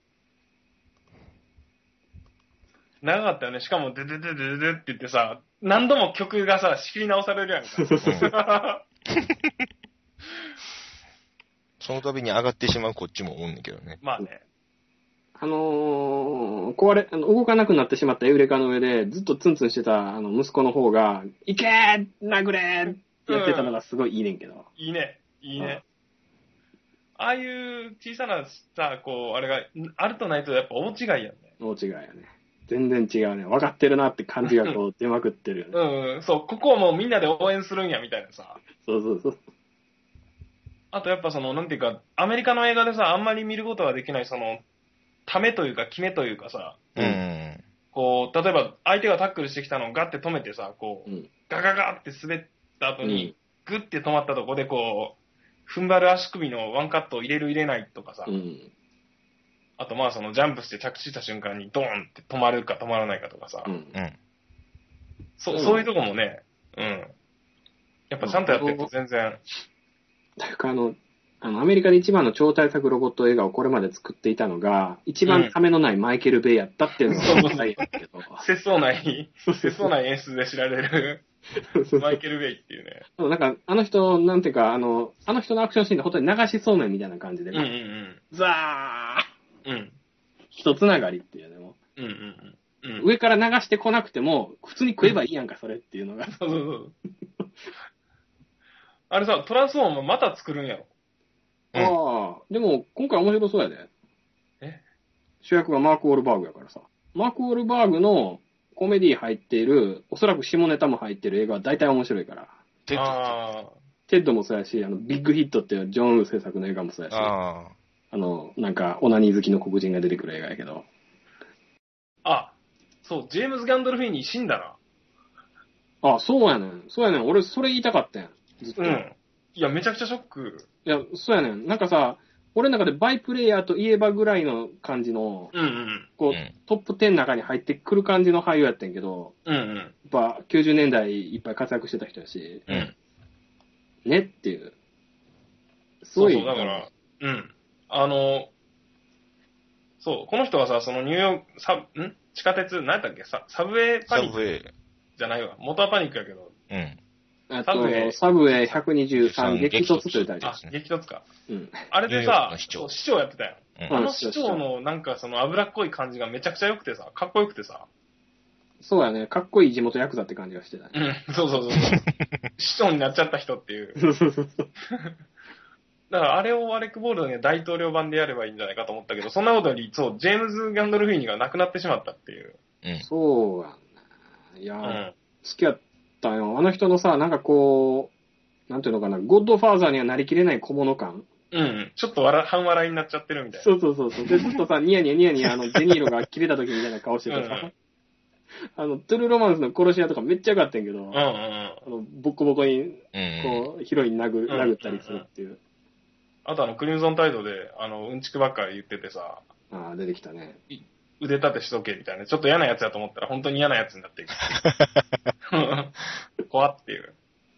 長かったよね。しかも、デデデデデって言ってさ、何度も曲がさ、仕切り直されるやんか。 その度に上がってしまうこっちも思うんだけどね。 まあね。 動かなくなってしまったエウレカの上で、ずっとツンツンしてた息子の方が、いけー殴れーってやってたのがすごいいいねんけど。 いいね。いいね。ああいう小さなさ、こう、あれがあるとないとやっぱ大違いやんね。 大違いやね。全然違うね。分かってるなって感じがこう出まくってるよね。うん、そう、ここをもうみんなで応援するんや、みたいなさ。 そうそうそう。 あとやっぱなんていうか、アメリカの映画でさ、あんまり見ることができない、ためというか、決めというかさ、こう、例えば相手がタックルしてきたのをガッて止めてさ、こう、ガガガって滑った後に、グッて止まったとこでこう、踏ん張る足首のワンカットを入れる入れないとかさ、あとまあジャンプして着地した瞬間にドーンって止まるか止まらないかとかさ、そういうとこもね、やっぱちゃんとやってると全然。 だからアメリカで一番の超大作ロボット映画をこれまで作っていたのが、一番ためのないマイケル・ベイやったっていうのが問題やけど。 切相ない演出で知られるマイケル・ベイっていうね。 なんか、あの人、なんていうか、あの人のアクションシーンで本当に流しそうめんみたいな感じで、ザー一つながりっていうね、もう。上から流してこなくても、普通に食えばいいやんか、それっていうのが。 そうあれさ、トランスフォームまた作るんやろ。 ああ、でも今回面白そうやで。主役がマーク・ウォールバーグやからさ。マーク・ウォールバーグのコメディ入っている、おそらく下ネタも入ってる映画は大体面白いから。 テッドもそうやし、ビッグヒットっていうジョン・ウー制作の映画もそうやし、なんか、オナニー好きの黒人が出てくる映画やけど。 あ、そう、ジェームズ・ガンドルフィーニー死んだな。あ、そうやねん。俺、それ言いたかったやん。ずっと。 いや、めちゃくちゃショック。 いや、そうやねん。なんかさ、俺の中でバイプレイヤーといえばぐらいの感じの、こう、トップ10の中に入ってくる感じの俳優やったんやけど、やっぱ90年代いっぱい活躍してた人やし、ねっていう。 すごい。そう、だから、そう、この人はさ、ニューヨーク、地下鉄、何やったっけサブウェイパニックじゃないわ。モーターパニックやけど。 サブウェイ123激突というタイトルですね。 激突か。あれでさ、市長やってたよ。市長のなんか脂っこい感じがめちゃくちゃ良くてさ、かっこよくてさ。 そうやね。かっこいい地元ヤクザって感じがしてたね。そう。市長になっちゃった人っていう。だからあれをアレック・ボールドに大統領版でやればいいんじゃないかと思ったけど、そんなことより、そう、ジェームズ・ガンドルフィーニが亡くなってしまったっていう。 そうやね。いや、好きやったよ。あの人のさ、なんかこう、なんていうのかな、ゴッドファーザーにはなりきれない小物感。 ちょっと半笑いになっちゃってるみたいな。 そう。で、ずっとさ、ニヤニヤ、デニーロが切れた時みたいな顔してたさ。 トゥルーロマンスの殺し屋とかめっちゃ良かったんやけど、ボコボコに、こう、ヒロイン殴ったりするっていう。 あとクリムゾンタイドで、うんちくばっかり言っててさ。 ああ、出てきたね。 腕立てしとけみたいな。ちょっと嫌なやつやと思ったら本当に嫌なやつになっていくっていう。怖っていう。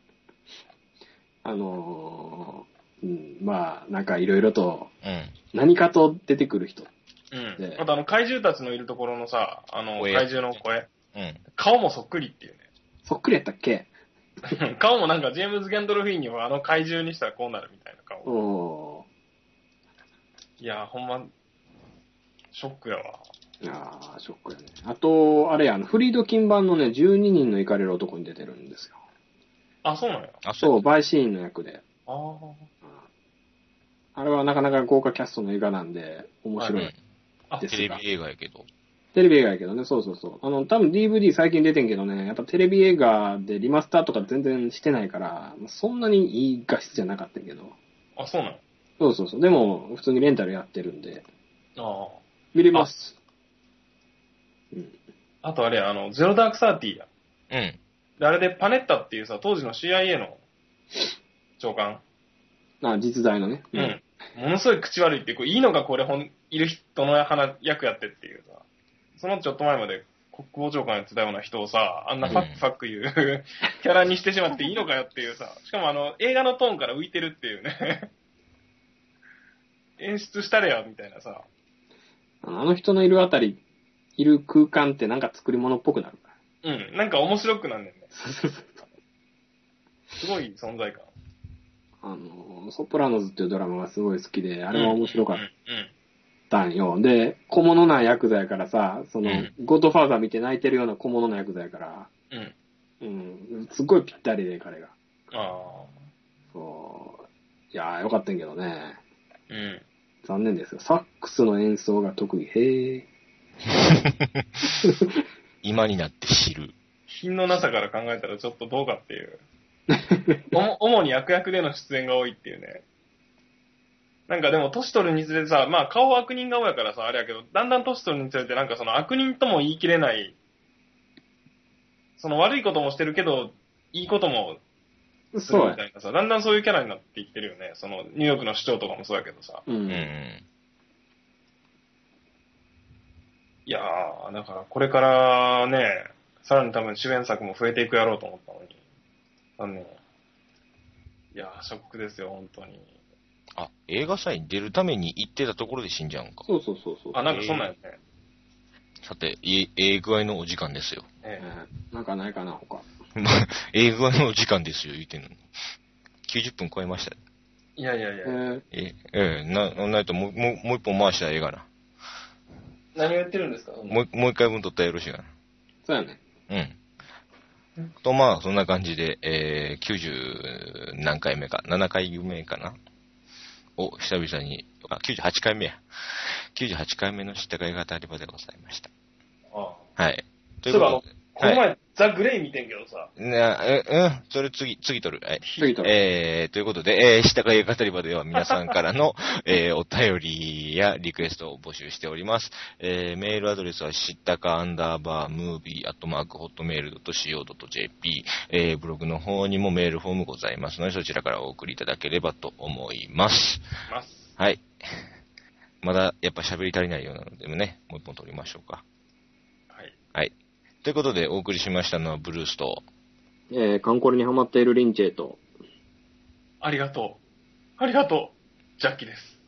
まあ、なんかいろいろと、何かと出てくる人。 あと怪獣たちのいるところのさ、怪獣の声。顔もそっくりっていうね。 そっくりやったっけ顔もなんかジェームズ・ギャンドルフィーニは怪獣にしたらこうなるみたいな顔。いや、ほんま、ショックやわ。 ああ、ショックやね。あと、あれや、フリード金版のね、12人のイカれる男に出てるんですよ。 あ、そうなんや。 そう、バイシーンの役で。あれはなかなか豪華キャストの映画なんで、面白いですが。 テレビ映画やけど。 テレビ映画やけどね、そうそうそう。多分 DVD 最近出てんけどね、やっぱテレビ映画でリマスターとか全然してないから、そんなにいい画質じゃなかったんけど。 あ、そうなの？ そうそうそう。でも、普通にレンタルやってるんで。 見れます。 あとあれ、ゼロダークサーティーや。で、あれでパネッタっていうさ、当時の CIA の長官。 実在のね。 ものすごい口悪いっていう、いいのかこれいる人の役やってっていうさ。そのちょっと前まで国防長官やってたような人をさ、あんなファック言うキャラにしてしまっていいのかよっていうさ。しかも映画のトーンから浮いてるっていうね。演出したれよみたいなさ。 あの人のいる空間ってなんか作り物っぽくなるから。なんか面白くなんねんね。すごい存在感。 ソプラノズっていうドラマがすごい好きで、あれは面白かったんよ。で、小物なヤクザやからさ、ゴッドファーザー見て泣いてるような小物なヤクザやから、すごいぴったりで、彼が。そう。いやー、よかったんけどね。残念ですよ。サックスの演奏が得意。へえ。 今になって知る。 品のなさから考えたらちょっとどうかっていう。主に悪役での出演が多いっていうね。なんかでも年取るにつれてさ、まあ顔は悪人顔やからさ、あれやけど、だんだん年取るにつれてなんか悪人とも言い切れない、悪いこともしてるけど、いいこともするみたいなさ、だんだんそういうキャラになっていってるよね。ニューヨークの市長とかもそうやけどさ。いやー、だからこれからね、さらに多分主演作も増えていくやろうと思ったのに。いやー、ショックですよ、本当に。 映画祭に出るために行ってたところで死んじゃうんか。 そう。 なんかそんなんやね。 さて、具合のお時間ですよ。 なんかないかな、他。 具合のお時間ですよ、言うてんのに。90分超えました。 いや。 ないともう一本回したらええがな。 何を言ってるんですか？ もう一回分撮ったらよろしいかな。 そうやね。 まあ、そんな感じで、90何回目か、7回目かなを久々に、98回目や。98回目の知ったかい語り場でございました。はい。 ということで。この前、ザ・グレイ見てんけどさ。 それ次撮る。はい。 次撮る。 ということで、知ったかい語り場では皆さんからの、お便りやリクエストを募集しております。メールアドレスは知ったか_movie@hotmail.co.jp、ブログの方にもメールフォームございますので、そちらからお送りいただければと思います。はい。まだやっぱ喋り足りないようなのでね、もう一本撮りましょうか。はい。ということで、お送りしましたのはブルースと、 カンコレにハマっているリンチェと、 ありがとう。ジャッキです。